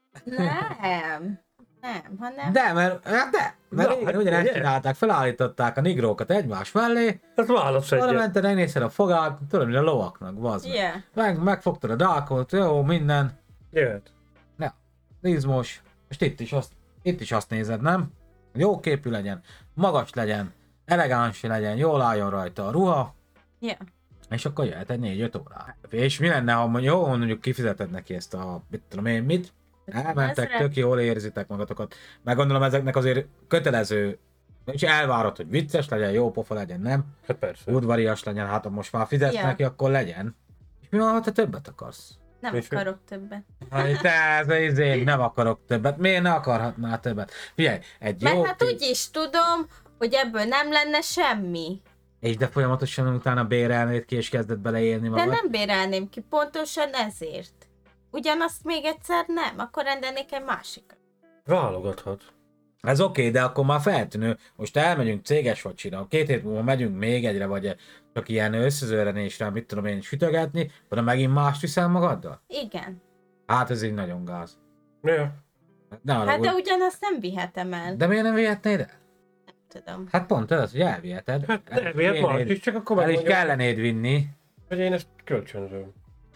Nem. Nem, hanem... De, mert régen ugyanezt ugye? csinálták, felállították a nigrókat egymás mellé, Ez válasz arra egyet. mented, megnézted a fogát, tudod, mint a lovaknak, bazd meg. Yeah. Megfogtad a dákot, jó, minden, Jöhet. izmos, és itt is azt nézed, nem? Jó képű legyen, magas legyen, elegáns legyen, jól álljon rajta a ruha, Yeah. és akkor jöhet egy 4-5 órá. És mi lenne, ha mondjuk kifizeted neki ezt a, mit tudom én, mit? Elmentek, tök jól érzitek magatokat. Meg gondolom ezeknek azért kötelező, és elvárod, hogy vicces legyen, jó pofa legyen, nem? Hát persze. Udvarias legyen, hát ha most már fizetsz Ja. neki, akkor legyen. És mi van, ha te többet akarsz? Nem És akarok többet. Én nem akarok többet. Miért ne akarhatnál többet? Figyelj, egy Mert jó... hát úgy is tudom, hogy ebből nem lenne semmi. És de folyamatosan utána bérelnéd ki, és kezdett beleélni De magad. nem bérelném ki, pontosan ezért. Ugyanazt még egyszer nem, akkor rendelnék egy másikat. Válogathat. Ez oké, de akkor már feltűnő. Most elmegyünk céges vacsira, 2 hét múlva megyünk még egyre, vagy csak ilyen összezőrenésre, mit tudom én, sütögetni, oda megint mást viszel magaddal? Igen. Hát ez így nagyon gáz. Ja. Ne arra, Hát de ugyanazt nem vihetem el. de miért nem vihetnéd el? Tudom. Hát pont ez, hogy elviheted. Hát elvihet más is, csak akkor El is megmondja, kellenéd vinni. hogy én ezt kölcsönzöm.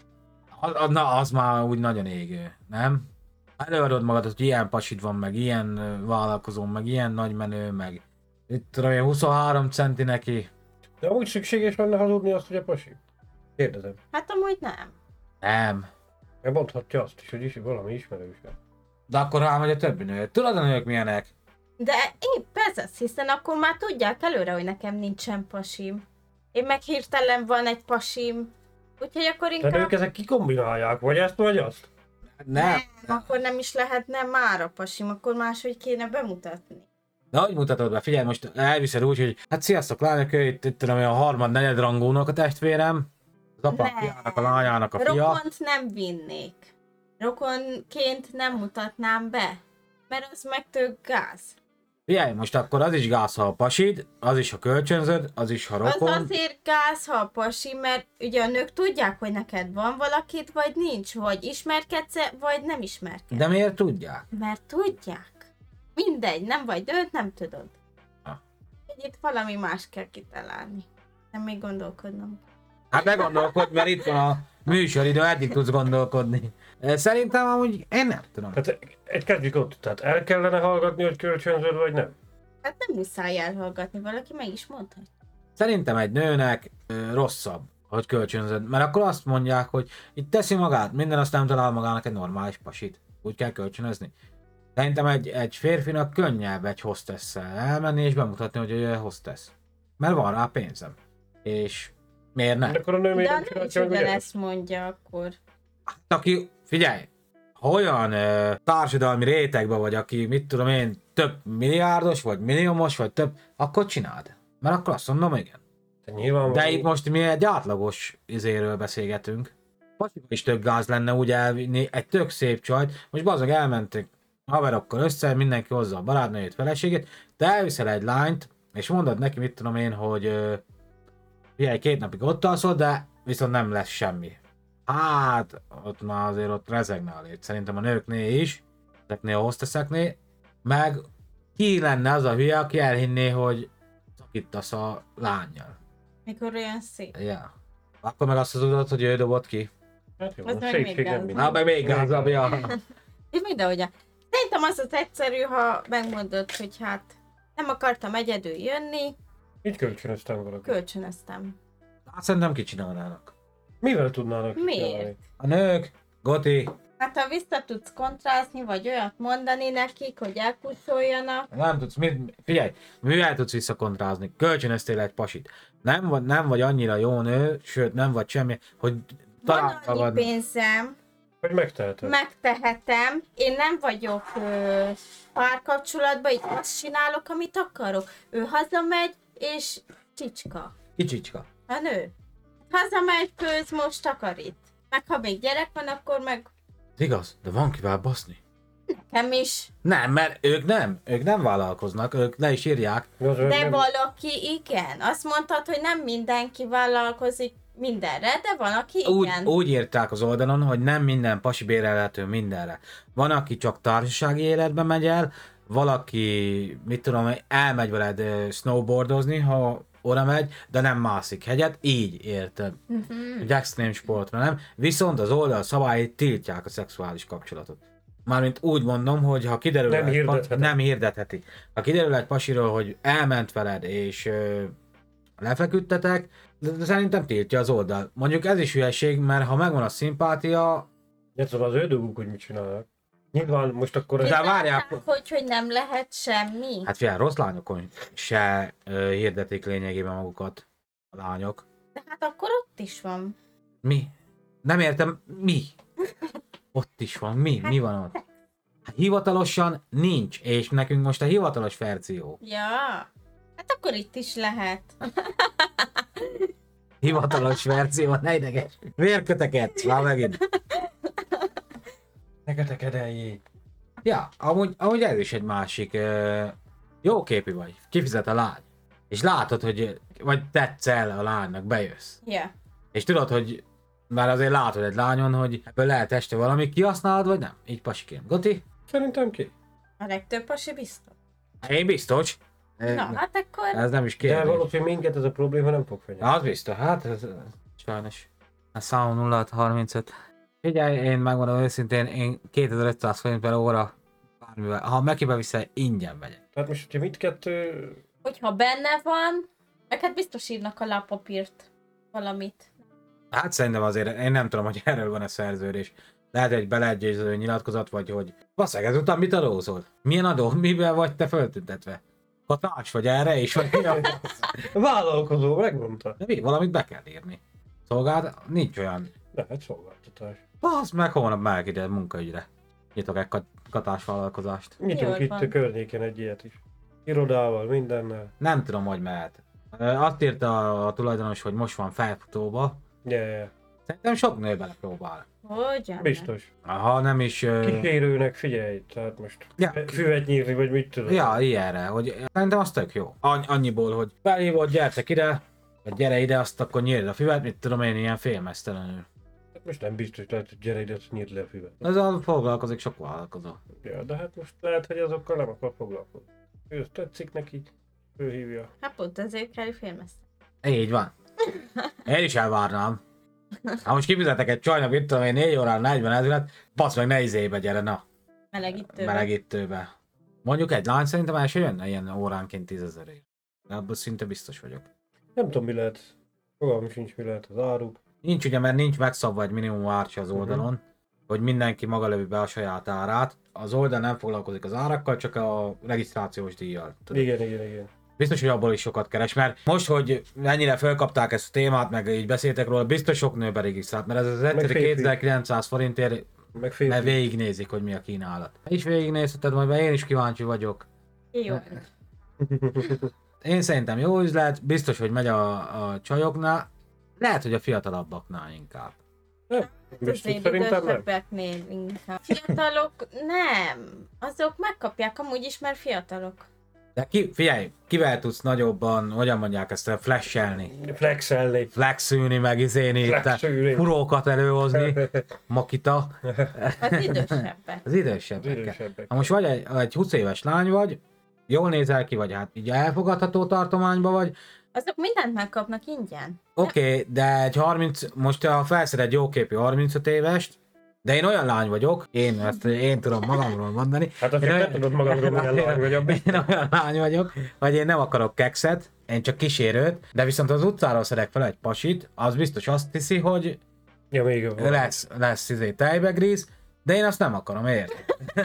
Na, az már úgy nagyon égő, nem? Előadod magad, hogy ilyen pasid van, meg ilyen vállalkozó, meg ilyen nagymenő, meg itt tudom én 23 centi neki. De úgy szükséges lenne hazudni azt, hogy a pasi? Kérdezem. Hát amúgy nem. Nem. Mert mondhatja azt is, hogy is valami ismerőse. De akkor rámegy a többi nő. Tudod, a nők milyenek? De épp ez az, hiszen akkor már tudják előre, hogy nekem nincsen pasim. Én meg hirtelen van egy pasim. Úgyhogy akkor De inkább... ők ezek kikombinálják, vagy ezt, vagy azt? Nem. Akkor nem is lehetne már a pasim, akkor máshogy kéne bemutatni. De hogy mutatod be? Figyelj, most elviszed úgy, hogy hát sziasztok lányok, ő itt tudom én a harmad-negyed rangúnak a testvérem. Az apának, a lányának a fia. Rokont nem vinnék. Rokonként nem mutatnám be. Mert az meg tök gáz. Figyelj, most akkor az is gáz, ha a pasid, az is, ha kölcsönzöd, az is, ha rokon. Az azért gáz, ha a pasi, mert ugye a nők tudják, hogy neked van valakit, vagy nincs, vagy ismerkedsz, vagy nem ismerkedsz. De miért tudják? Mert tudják. Mindegy, nem vagy dönt, nem tudod. Ha. Itt valami más kell kitalálni. Nem még gondolkodnom. Hát ne gondolkodj, mert itt van a műsoridő, eddig tudsz gondolkodni. Szerintem amúgy én nem tudom. Tehát kezdjük ott. Tehát el kellene hallgatni, hogy kölcsönzöd, vagy nem? Hát nem muszáj elhallgatni, valaki meg is mondhatja. Szerintem egy nőnek rosszabb, hogy kölcsönzöd, mert akkor azt mondják, hogy itt teszi magát, minden azt nem talál magának egy normális pasit. Úgy kell kölcsönözni. Szerintem egy férfinak könnyebb egy hostesszel elmenni és bemutatni, hogy ő hostess. Mert van rá pénzem. És miért nem? De akkor a nő még De a nem nő csinál is meg ugyanezt mondja akkor. Aki, figyelj, ha olyan társadalmi rétegben vagy, aki mit tudom én, több milliárdos, vagy milliómos, vagy több, akkor csináld. Mert akkor azt mondom, igen. De nyilván De itt most mi egy átlagos izéről beszélgetünk. Pasiba is tök gáz lenne úgy elvinni egy tök szép csajt, most bazdmeg elmentek haverokkal össze, mindenki hozza a barátnőjét, feleségét, te elviszel egy lányt, és mondod neki, mit tudom én, hogy figyelj, 2 napig ott alszol, de viszont nem lesz semmi. Hát, ott már azért ott rezegne a lét. Szerintem a nőknél is, ezeknél a hostesseknél, meg ki lenne az a hülye, aki elhinné, hogy szakítasz a lányjal. Mikor olyan szép. Ja. Akkor meg azt tudod, hogy ő dobott ki. Hát jó, Az meg szépség még nem gáz. minden. Na, meg még gázabb, ja. És mindenhogyan. Szerintem az az egyszerű, ha megmondod, hogy hát nem akartam egyedül jönni, Így kölcsönöztem valakit. kölcsönöztem. Hát szerintem kicsinálnának. Mivel tudnának Miért? csinálni? A nők, Goti, Hát ha vissza tudsz kontrázni, vagy olyat mondani nekik, hogy elkussoljanak, nem tudsz, figyelj, mivel tudsz visszakontrázni? Kölcsönöztél egy pasit. Nem vagy annyira jó nő, sőt nem vagy semmi, hogy van talán annyi magad. pénzem, Hogy megteheted? megtehetem, én nem vagyok párkapcsolatban, így azt csinálok, amit akarok. Ő hazamegy, és csicska. Kicsicska. A nő. Hazamegy, főz, most takarít. Meg ha még gyerek van, akkor meg Ez igaz, de van kivel baszni. nekem is. Nem, mert ők nem vállalkoznak, ők le is írják. Az De nem- valaki igen. Azt mondtad, hogy nem mindenki vállalkozik mindenre, de van, aki igen. Úgy írták az oldalon, hogy nem minden pasi bérelhető mindenre. Van, aki csak társasági életbe megy el, valaki, mit tudom, elmegy veled snowboardozni, ha oda megy, de nem mászik hegyet, így érted. Egy extrém sportra, nem? Viszont az oldal szabályai tiltják a szexuális kapcsolatot. Mármint úgy mondom, hogy ha kiderül... Nem hirdetheti. Nem hirdetheti. Ha kiderül egy pasiról, hogy elment veled, és lefeküdtetek, de szerintem tiltja az oldal. Mondjuk ez is hülyeség, mert ha megvan a szimpátia, Ez az ő dolguk, hogy mit csinálnak. Nyilván most akkor... De várják. Hogy nem lehet semmi. hát figyelj, rossz lányokon se hirdetik lényegében magukat a lányok. De hát akkor ott is van. Mi? Nem értem, mi? Ott is van. Mi van ott? Hát hivatalosan nincs, és nekünk most a hivatalos verzió. Ja, hát akkor itt is lehet. Hivatalos verzió, ne ideges. Vérköteket, már megint. Ne kötekedeljé. Ja, amúgy ez is egy másik. Jó képű vagy, kifizet a lány. És látod, hogy vagy tetszel a lánynak, bejössz. Ja. És tudod, hogy már azért látod egy lányon, hogy ebből lehet este valami, kihasználod, vagy nem? Így pasiként. Goti? Szerintem ki? A legtöbb pasi biztos. Én biztos. Na, hát akkor... Ez nem is De kérdés. valószínűleg minket ez a probléma nem fog fenyegetni. Az biztos, hát ez sajnos. A számom 0-35. Figyelj, én megmondom őszintén, én 2500 forint per óra bármivel, ha Mekibe vissza, ingyen megyek. Hát most, hogyha mindkettő... Hogyha benne van, meg hát biztos írnak alá papírt valamit. Hát szerintem azért, én nem tudom, hogy erről van a szerződés. Lehet egy beleegyező nyilatkozat, vagy hogy basszeg, ezután mit adózol? Milyen adó? Miben vagy te föltüntetve? Hatás vagy erre is, vagy mi a... Vállalkozó, megmondta. De mi? Valamit be kell írni. Szolgált, nincs olyan. Lehet szolgáltatás. Basz meg, holnap megyek ide munkaügyre. Nyitok egy katásvállalkozást. Nyitunk Jól itt van. a környéken egy ilyet is. Irodával, mindennel. Nem tudom, hogy mehet. Azt írta a tulajdonos, hogy most van felfutóba. Yeah. Szerintem sok nő belepróbál. Hogyan? Biztos. Ha nem is... Kísérőnek figyelj, tehát most Ja. füvet nyírni, vagy mit tudod. Ja, ilyenre, hogy szerintem az tök jó. Annyiból, hogy felhívod, gyertek ide, vagy gyere ide, azt akkor nyírd a füvet, mit tudom én, ilyen félmeztelenül. Most nem biztos, lehet, hogy gyere ide, azt nyírd le a füvet. Ezzel foglalkozik sok vállalkozó. Ja, de hát most lehet, hogy azokkal nem akar foglalkozni. Ő azt tetszik neki, ő hívja. Hát pont ezért kell filmezni. Így van. Én is elvárnám. Ha most kifizetek egy csajnak, mit tudom én, 4 órán 40 000, basz meg, ne izébe gyere, na. Melegítővel. Melegítőbe. Mondjuk egy lány szerintem el se jönne ilyen óránként 10 000 ért. De abban szinte biztos vagyok. Nem tudom, mi lehet. Fogalmam sincs, mi lehet az áru. Nincs ugye, mert nincs megszabva egy minimum árcsa az oldalon, hogy mindenki maga lövi be a saját árát. Az oldal nem foglalkozik az árakkal, csak a regisztrációs díjjal. Tudod? Igen. Biztos, hogy abból is sokat keres, mert most, hogy ennyire felkapták ezt a témát, meg így beszéltek róla, biztos sok nő beregisztrált, mert ez az egyszerű férfi. 2900 forintért, Meg mert férfi. végignézik, hogy mi a kínálat. Te is végignézheted, majd én is kíváncsi vagyok. Jó. Én szerintem jó üzlet, biztos, hogy megy a csajoknál, lehet, hogy a fiatalabbaknál inkább. Biztos, Azért szerintem nem. idősebbeknél inkább. Fiatalok nem. Azok megkapják amúgy is, mert fiatalok. De figyelj, kivel tudsz nagyobban, hogyan mondják ezt, flashelni, Flexelni. flexülni, meg izéni, Flexülni. furókat előhozni, makita, Az idősebbek. az idősebbekkel. Idősebbek. Ha most vagy egy 20 éves lány vagy, jól nézel ki, vagy hát így elfogadható tartományba vagy, Azok mindent megkapnak ingyen. oké, de egy 30, most ha felszed egy jóképű 35 évest, de én olyan lány vagyok, én tudom magamról mondani, Hát Én azért olyan- te tudod magadról, milyen lány vagy abban. Én olyan lány vagyok, hogy én nem akarok kekszet, én csak kísérőt, de viszont az utcáról szedek fel egy pasit, az biztos azt hiszi, hogy Ja, még van. lesz tejbegríz, de én azt nem akarom, érted?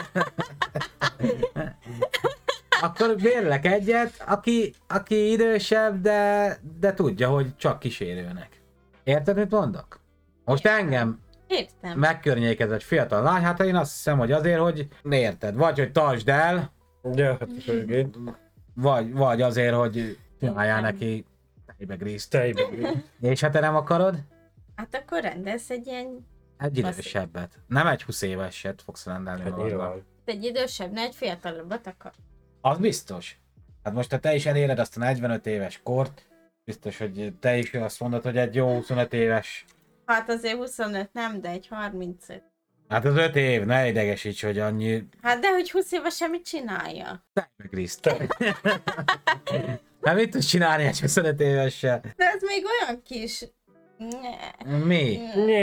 Akkor bérlek egyet, aki idősebb, de tudja, hogy csak kísérőnek. Érted, mit mondok? Most engem Értem. megkörnyékez egy fiatal lány, hát én azt hiszem, hogy azért, hogy érted, vagy hogy tartsd el, Ja, hát főként. vagy azért, hogy csináljál neki tejbegrízt. Tejben. És ha te nem akarod, Hát akkor rendelsz egy ilyen... egy idősebbet. Nem egy 20 éveset fogsz rendelni Hát magadnak. nyilván. Egy idősebb, ne egy fiatalabbat akar. Az biztos. Hát most ha te is eléred azt a 45 éves kort, biztos, hogy te is azt mondod, hogy egy jó 25 éves. Hát azért 25 nem, de egy 35. Hát az 5 év, ne idegesíts, hogy annyi Hát de hogy 20 évesen mit csinálja? tejbegrízt. Hát mit tudsz csinálni egy 25 évessel? De ez még olyan kis... Ne. Mi?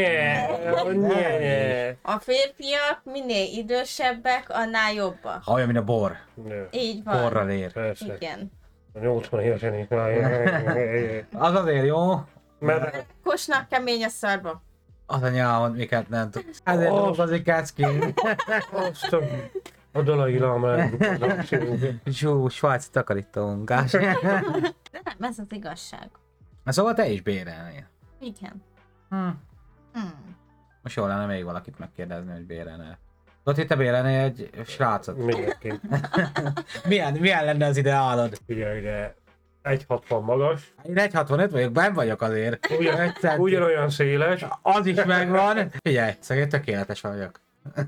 Nye. A férfiak minél idősebbek, annál jobbak. Olyan, mint a bor. Így van. Borral ér. Persze. Igen. A 80 évesen is már. Az azért jó, Mert Kosnak kemény a szarba. az a nyelvod, miket nem tudsz. Ezért Oh. dolgozik Kecki. azt a Dalai Lama Svájci takarító munkás. De nem, ez az igazság. Szóval te is bérelnél. Igen. Hm. Most jól lenne még valakit megkérdezni, hogy bérelne. Ott te bérelné egy srácot. Mindenként. Milyen lenne az ideálod? Figyelj ide, 1,60 magas, Én 1,65 vagyok, benn vagyok azért. ugyanolyan széles, Az is megvan. Figyelj, szegény tökéletes vagyok.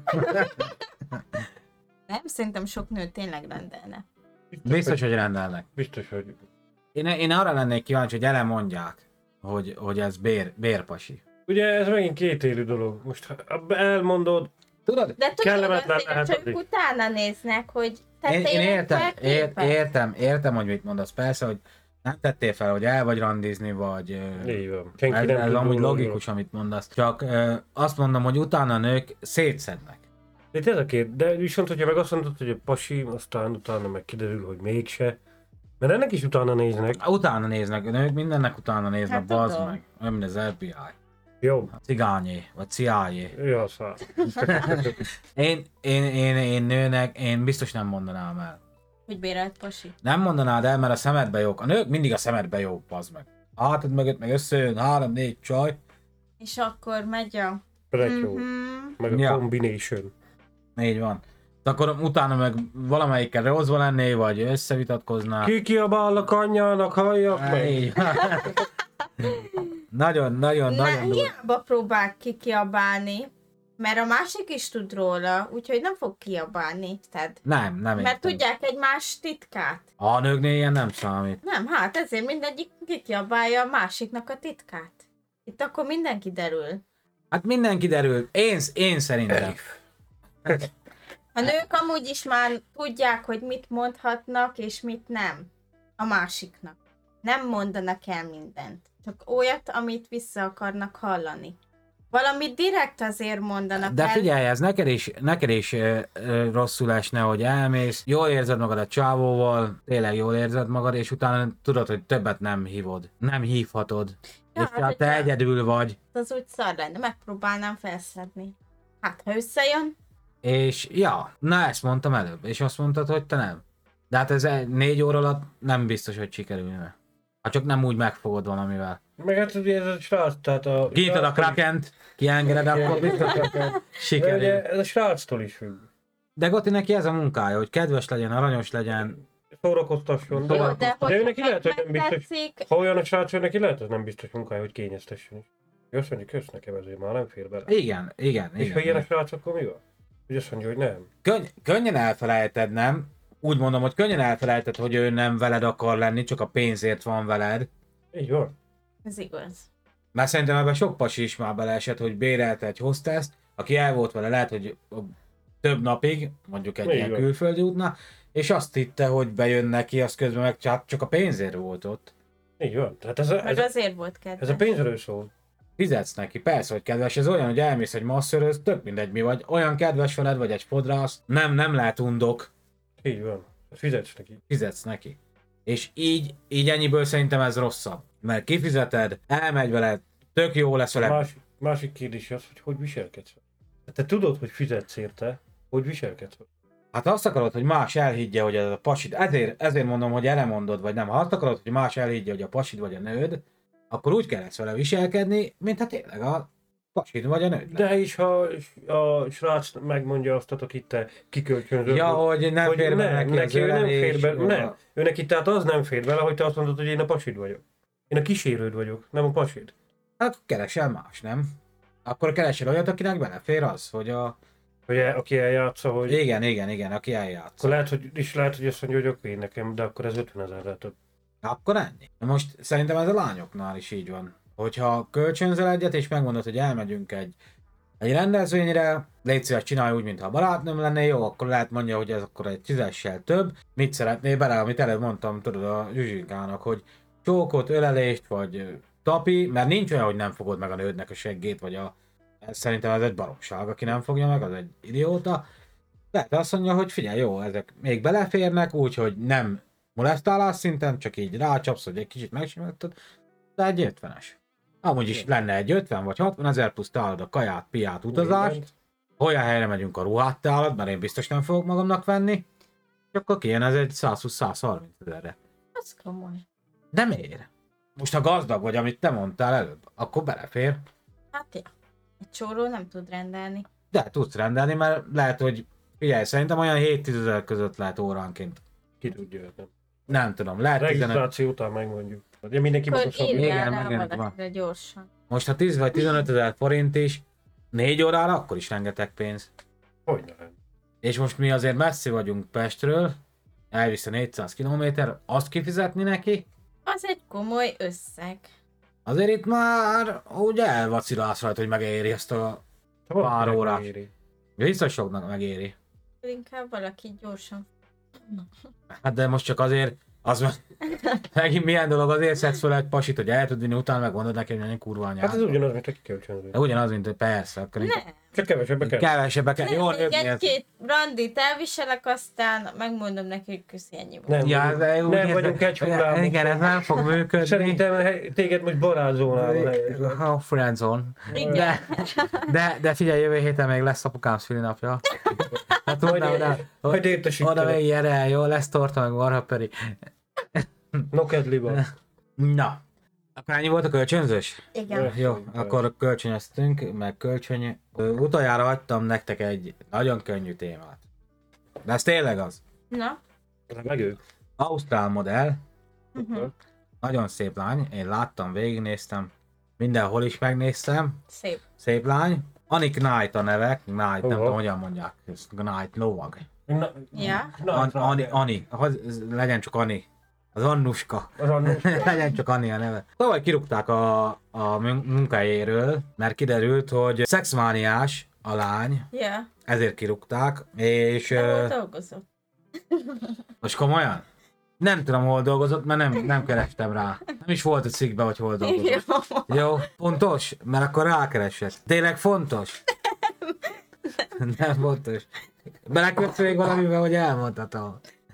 Nem, szerintem sok nő tényleg rendelne. Biztos, hogy rendelnek. biztos, hogy Én arra lennék kíváncsi, hogy mondják, hogy ez bérpasi. ugye ez megint kétélű dolog. Most ha elmondod, Tudod? De tudod, Kellemetlen azért lehet csak addig. utána néznek, hogy te Én tényleg értem, hogy mit mondasz. Persze, hogy nem tettél fel, hogy el vagy randizni, vagy... így van. Senki Ez, nem ez tud amúgy róla. logikus, amit mondasz. Csak azt mondom, hogy utána a nők szétszednek. Itt ez a két, de viszont, hogyha meg azt mondod, hogy a pasi, aztán utána meg kiderül, hogy mégse. Mert ennek is utána néznek. Utána néznek, a nők mindennek utána néznek, Hát bazd tudom. meg. Olyan, mint az FBI. Jó. Cigányé, vagy CIA. Ja, szá. Én nőnek, én biztos nem mondanám el. Hogy bérelt pasi. Nem mondanád el, mert a szemedbe jók. A nők mindig a szemedbe jók, bazd meg. A hátad mögött meg összejön 3-4 csaj. És akkor megy a... Pretyó. Meg a Ja. combination. Így van. Akkor utána meg valamelyikkel rosszba lennél, vagy összevitatkoznál. Ki kiabál a kanyjának, halljak meg. Így van. Nagyon durva. Hiába próbál kiabálni, mert a másik is tud róla, úgyhogy nem fog kiabálni. Tehát, Nem mert értem. tudják egymás titkát. A nőknél ilyen nem számít. Nem, hát ezért mindegyik kikiabálja a másiknak a titkát. Itt akkor mindenki derül. Hát minden kiderül. Én szerintem. A nők amúgy is már tudják, hogy mit mondhatnak és mit nem a másiknak. Nem mondanak el mindent. Csak olyat, amit vissza akarnak hallani. Valamit direkt azért mondanak De el. figyelj, ez neked is rosszul esne, hogy elmész, jól érzed magad a csávóval, tényleg jól érzed magad, és utána tudod, hogy többet nem hívod. Nem hívhatod. Ja, És hát, hát te hogyha- egyedül vagy. Az úgy szar lenne, megpróbálnám felszedni. Hát, ha összejön, És ja, na ezt mondtam előbb, és azt mondtad, hogy te nem. De hát ez 4 óra alatt nem biztos, hogy sikerülne. Ha csak nem úgy megfogod valamivel. Meg hát ugye ez a srác, tehát a... Kinyitod a krakent, kiengeded, akkor biztos, hogy De sikerül. ugye ez a sráctól is függ. De Goti neki ez a munkája, hogy kedves legyen, aranyos legyen. Szórakoztasson. Jó, jó, De, de de ő hogyha neki lehet, hogy nem biztos. megtetszik, Ha olyan a srác, hogy neki lehet, az nem biztos munkája, hogy kényeztessen is. Ő azt mondja, kösz nekem ezért már nem fér bele. Igen. És ha ilyen a srác, akkor mi van? Hogy azt mondja, hogy nem. Könnyen elfelejted, nem? Úgy mondom, hogy könnyen elfelejted, hogy ő nem veled akar lenni, csak a pénzért van veled. Így van. ez igaz. Mert szerintem ebben sok pasi is már beleesett, hogy bérelte egy hosteszt, aki el volt vele, lehet, hogy több napig, mondjuk egy Így ilyen van. külföldi útnál, és azt hitte, hogy bejön neki, az közben meg csak a pénzért volt ott. Így van. Tehát ez Meg azért volt kedves. ez a pénzről szól. Fizetsz neki, persze, hogy kedves, ez olyan, hogy elmész egy masszöröz, tök mindegy mi vagy, olyan kedves veled, vagy egy fodrász, nem lehet undok, Így van. Fizetsz neki. fizetsz neki. És így ennyiből szerintem ez rosszabb. Mert kifizeted, elmegy veled, tök jó lesz vele. Másik kérdés az, hogy viselkedsz. Te tudod, hogy fizetsz érte, hogy viselkedsz. Hát ha azt akarod, hogy más elhiggye, hogy ez a pasid, ezért mondom, hogy elemondod, vagy nem. Ha azt akarod, hogy más elhiggye, hogy a pasid vagy a nőd, akkor úgy kell lesz vele viselkedni, mint hát tényleg a pasid vagy a nőd. De is, ha a srác megmondja azt, akit te kikölcsönzöd. Ja, hogy nem fér bele neki ő az nem ölelés, fér bele, vagy nem. Ő neki tehát az nem fér bele, hogy te azt mondod, hogy én a pasid vagyok. Én a kísérőd vagyok, nem a pasid. Hát keresel más, nem? Akkor keresel olyat, akinek belefér az, hogy Hogy aki eljátsza, hogy... Igen, aki eljátsz. Akkor lehet, hogy azt mondja, hogy oké, nekem, de akkor ez 50 000-re több. Akkor ennyi. Na most szerintem ez a lányoknál is így van. Hogyha kölcsönzel egyet, és megmondod, hogy elmegyünk egy rendezvényre, légy szíves, csinálj úgy, mintha barátnőm lennél, jó, akkor lehet mondja, hogy ez akkor egy 10-essel több. Mit szeretnél bele, amit előbb mondtam, tudod, a Zsuzsinkának, hogy csókot, ölelést, vagy tapi, mert nincs olyan, hogy nem fogod meg a nődnek a seggét, vagy szerintem ez egy baromság, aki nem fogja meg, az egy idióta. Lehet azt mondja, hogy figyelj, jó, ezek még beleférnek, úgyhogy nem molesztálás szinten, csak így rácsapsz, hogy egy kicsit megsimogatod, de egy 50-es. Amúgy is lenne egy 50 vagy 60 000 plusz te állod a kaját, piát, utazást, olyan helyre megyünk a ruhát te állod, mert én biztos nem fogok magamnak venni, és akkor kijön ez egy 120-130 000-re. Az komoly. De miért? Most ha gazdag vagy, amit te mondtál előbb, akkor belefér. Hát ja. Egy csóró nem tud rendelni. De tudsz rendelni, mert lehet, hogy figyelj, szerintem olyan 7-10 ezer között lehet óránként. Ki tudja, nem. Nem tudom, lehet 15. Regisztráció után megmondjuk. Ugye mindenki Akkor pontosan. írjál Igen, rá megjelenik valakire gyorsan. Most ha 10 vagy 15 ezer forint is, 4 órára, akkor is rengeteg pénz. Hogyne nem. És most mi azért messzi vagyunk Pestről, elvisz a 400 kilométer, azt kifizetni neki, Az egy komoly összeg. azért itt már úgy elvacilálsz rajta, hogy megéri ezt a pár órát. Biztos soknak megéri. Inkább valaki gyorsan. Hát de most csak azért, az megint milyen dolog, azért szedsz fel egy pasit, hogy el tud vinni, utána megmondod neki, hogy nagyon kurva anyád. Hát ez ugyanaz, mint a kikölcsönző. De ugyanaz, mint hogy persze, akkor Nem. Csak kevesebbe kell. kevesebbe kell. Jó, Még egy-két randit elviselek, aztán megmondom neki, hogy köszi, ennyi volt. Nem, Ja, de nem úgy vagyunk egy érzem- hullámon. Igen, ez nem fog működni. Szerintem téged most barátszónál helyez. A friendzone. Igen. De figyelj, jövő héten még lesz apukám szülinapja. Hát tudnám, Majd oda értesítenek. még gyere, jó, lesz torta, meg marhaperi. No kedliba. Na, akkor ennyi volt a kölcsönzős? Igen. Jó, akkor kölcsönöztünk, meg kölcsön. Utoljára hagytam nektek egy nagyon könnyű témát. De ez tényleg az. Na. Meg ő. Ausztrál modell, Uh-huh. nagyon szép lány, én láttam, végignéztem, mindenhol is megnéztem, Szép. szép lány. Annie Knight a neve, Knight, nem Hova? tudom, hogyan mondják, ez Knight, lovag. Ja. Annie, legyen csak Annie. Az Annuska. Az Annus. Legyen csak Annie a neve. Tavaly kirúgták a munkahelyéről, mert kiderült, hogy szexmániás a lány, Ja. ezért kirúgták, és De hol dolgozott? most komolyan? Nem tudom, hol dolgozott, mert nem kerestem rá. Nem is volt a cikkben, hogy hol dolgozott. Jó. Jó, fontos? Mert akkor rákeresek. Tényleg fontos? Nem fontos. Belekötsz még valamivel, hogy elmondhatom.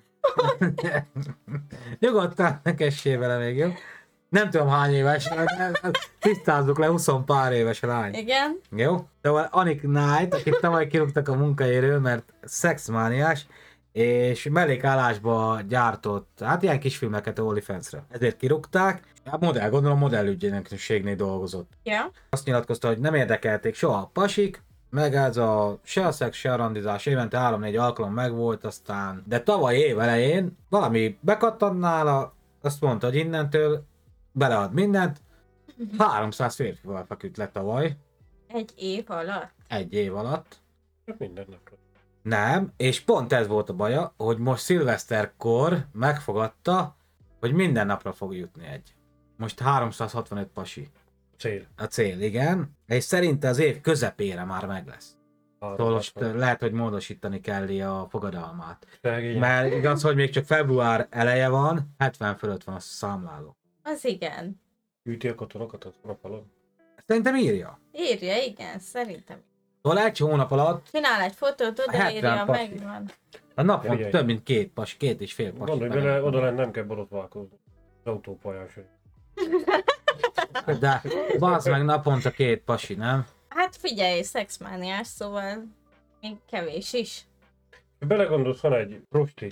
Nyugodtan ne kessél vele még, jó? Nem tudom hány éves, tisztázzuk le, 20 pár éves a lány. Igen. Jó? Szóval Annie Knight, akit tavaly kirúgtak a munkahelyéről, mert szexmániás, és mellékállásba gyártott, hát ilyen kisfilmeket OnlyFans-re. Ezért kirúgták. A modell, gondolom modellügynökségnél dolgozott. Ja. Azt nyilatkozta, hogy nem érdekelték soha a pasik, meg ez a se a szex, se a randizás évente 3-4 alkalom megvolt, aztán, de tavaly év elején valami bekattant nála, azt mondta, hogy innentől belead mindent, 300 férfival feküdt le tavaly, Egy év alatt. egy év alatt. Hát minden napra. Nem, és pont ez volt a baja, hogy most szilveszterkor megfogadta, hogy minden napra fog jutni egy. Most 365 pasi. Cél. A cél, igen. És szerinte az év közepére már meg lesz. Szóval most lehet, hogy módosítani kell a fogadalmát. Mert igaz, hogy még csak február eleje van, 70 fölött van a számláló. Az igen. Üti a katonokat a napalon. Szerintem írja. Írja, igen, szerintem. Szóval egy hónap alatt Csinál egy fotót, odaírja, 70 pasi. megvan. a napon Figyelj. több mint 2 pasi, 2,5 pasi. Gondolj bele, oda lent nem kell borotválkozni. Az autópályán sem. De bazd meg naponta 2 pasi, nem? Hát figyelj, szexmániás, szóval még kevés is. Belegondolsz, van egy prosti.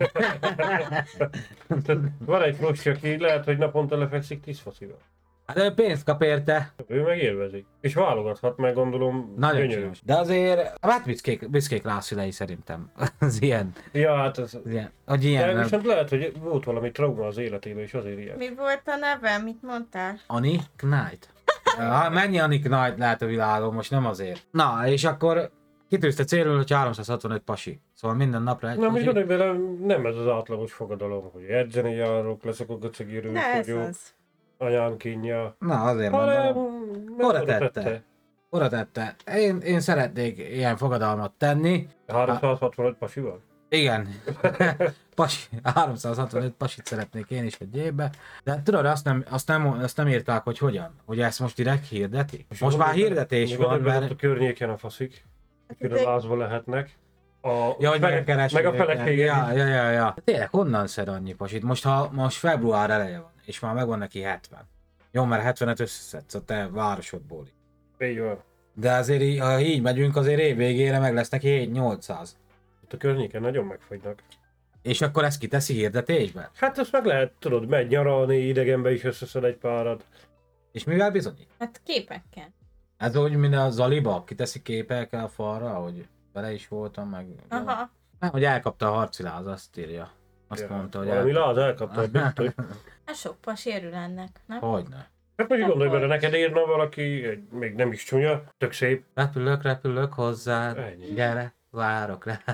Van egy prosti, aki lehet, hogy naponta lefekszik 10 faszival. Hát ő pénzt kap érte. Ő meg élvezi. És válogathat meg, gondolom, Nagyon gyönyörű. csinos. De azért, hát büszkék rá a szülei szerintem. Az ilyen, Ja, hát ez... az ilyen, hogy De ilyen. viszont lehet, hogy volt valami trauma az életében, és azért ilyen. Mi volt a neve? Mit mondtál? Annie Knight. Mennyi Annie Knight lehet a világon, most nem azért. Na, és akkor kitűzte célul, hogy 365 pasi. Szóval minden napra egy Na, most pasi. gondolj bele, nem ez az átlagos fogadalom, hogy edzeni járok, leszek a göcegérő, De ez hogy az. anyám kínja. Na, azért Hanem mondom. Oda tette. Oda tette. Én szeretnék ilyen fogadalmat tenni. 365 pasival? Igen. Pasi, 365 pasit szeretnék én is egy évbe. De tudod, azt nem írták, hogy hogyan. Hogy ezt most direkt hirdeti. Most már hirdetés van, mert... A környéken a faszik, akire lázva lehetnek. Ja, hogy meg a feleségek. Ja. Tényleg, honnan szed annyi pasit? Most február eleje van, és már megvan neki 70. Jó, mert 70-et összeszedsz a te városodból. Így van. De azért, ha így megyünk, azért év végére meg lesz neki 7-800. Ott a környéken nagyon megfagynak. És akkor ezt kiteszi hirdetésbe? Hát azt meg lehet, tudod, megy nyaralni, idegenbe is összeszed egy párat. És mivel bizonyít? Hát képekkel. Ez úgy, mint a Zaliba, kiteszi képekkel a falra, hogy vele is voltam, meg... Aha. Nem, hogy elkapta a harciláz, azt írja. Azt mondta, hogy Valami láz elkapta, biztos. Hát sok pasi örül ennek, nem? Hogyne. Hát mondjuk gondolj bele, neked írna valaki, még nem is csúnya, tök szép. Repülök hozzád, Ennyi. gyere, várok rá.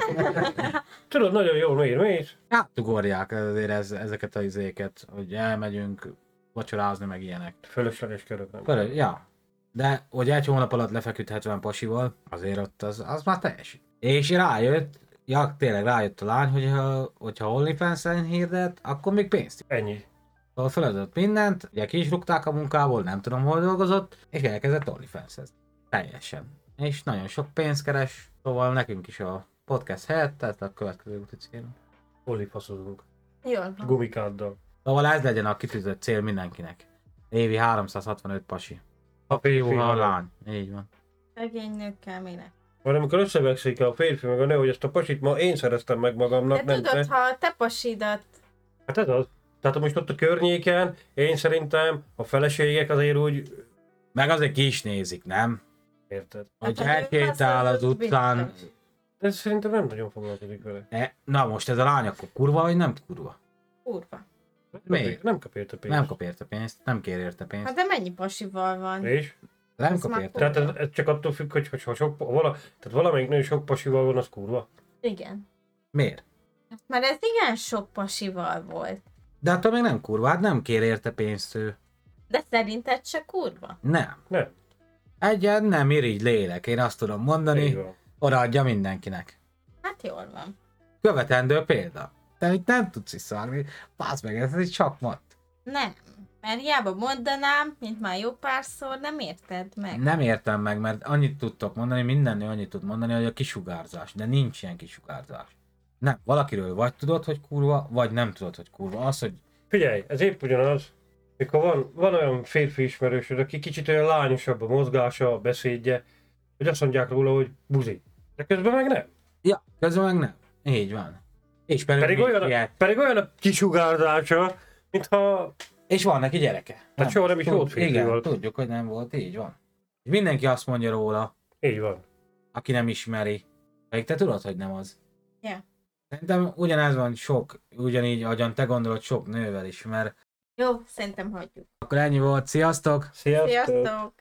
Tudod, nagyon jól mész. Átugorják azért ezeket az izéket, hogy elmegyünk vacsorázni, meg ilyenek. Fölösleges körök nem. Ja. De, hogy egy hónap alatt lefeküdt 70 pasival, azért ott az már teljesít. És tényleg rájött a lány, hogyha OnlyFans-en hirdet, akkor még pénzt. Ennyi. Szóval feladott mindent, ugye ki is rúgták a munkából, nem tudom hol dolgozott, és elkezdett OnlyFans-ezni. Teljesen. És nagyon sok pénzt keres, szóval nekünk is a podcast helyett, tehát a következő úti cél. Olifaszozunk. Jól van. Gumikáddal. Szóval ez legyen a kitűzött cél mindenkinek. Évi 365 pasi. A férfi, Ha a lány. Így van. Szegény nőkkel minek. Vagy amikor összevekszik a férfi meg a nő, hogy ezt a pasit ma én szereztem meg magamnak, De nem tudod, te. ha a te pasidat... Hát ez az. Tehát most ott a környéken, én szerintem a feleségek azért úgy... Meg azért ki is nézik, nem? Érted? Hogy Hát, ha elsétál nők, az az utcán. biztos. De szerintem nem nagyon foglalkozik vele. Na most ez a lány akkor kurva, vagy nem kurva? Kurva. Miért? Nem kap érte pénzt. Nem kap érte pénzt, nem kér érte Hát pénzt. de mennyi pasival van? És? Nem ez kap már érte. Tehát ez csak attól függ, hogy ha sok, tehát valamelyik nő sok pasival van, az kurva. Igen. Miért? Mert ez igen sok pasival volt. De attól még nem kurva, hát nem kér érte pénzt ő. De szerinted se kurva? Nem. Nem. Egyen nem irigy lélek, én azt tudom Így mondani, van. odaadja mindenkinek. Hát jól van. Követendő példa. Te itt nem tudsz visszavágni, bázd meg, ez egy sakmat. Nem. Mert hiába mondanám, mint már jó párszor, nem érted meg. Nem értem meg, mert annyit tudtok mondani, minden nő annyit tud mondani, hogy a kisugárzás, de nincs ilyen kisugárzás. Nem, valakiről vagy tudod, hogy kurva, vagy nem tudod, hogy kurva. Az, hogy Figyelj, ez épp ugyanaz, mikor van olyan férfi ismerősöd, aki kicsit olyan lányosabb a mozgása, a beszédje, hogy azt mondják róla, hogy buzi. De közben meg nem. ja, közben meg nem. Így van. És pedig Pedig olyan a kisugárzása, mintha... és van neki gyereke. Tehát soha nem is volt férfi Igen, volt. tudjuk, hogy nem volt, így van. És mindenki azt mondja róla, Így van. aki nem ismeri. Pedig te tudod, hogy nem az. Ja. Szerintem ugyanez van ugyanígy, ahogyan te gondolod sok nővel is, mert Jó, szerintem hagyjuk. akkor ennyi volt, sziasztok! Sziasztok! Sziasztok!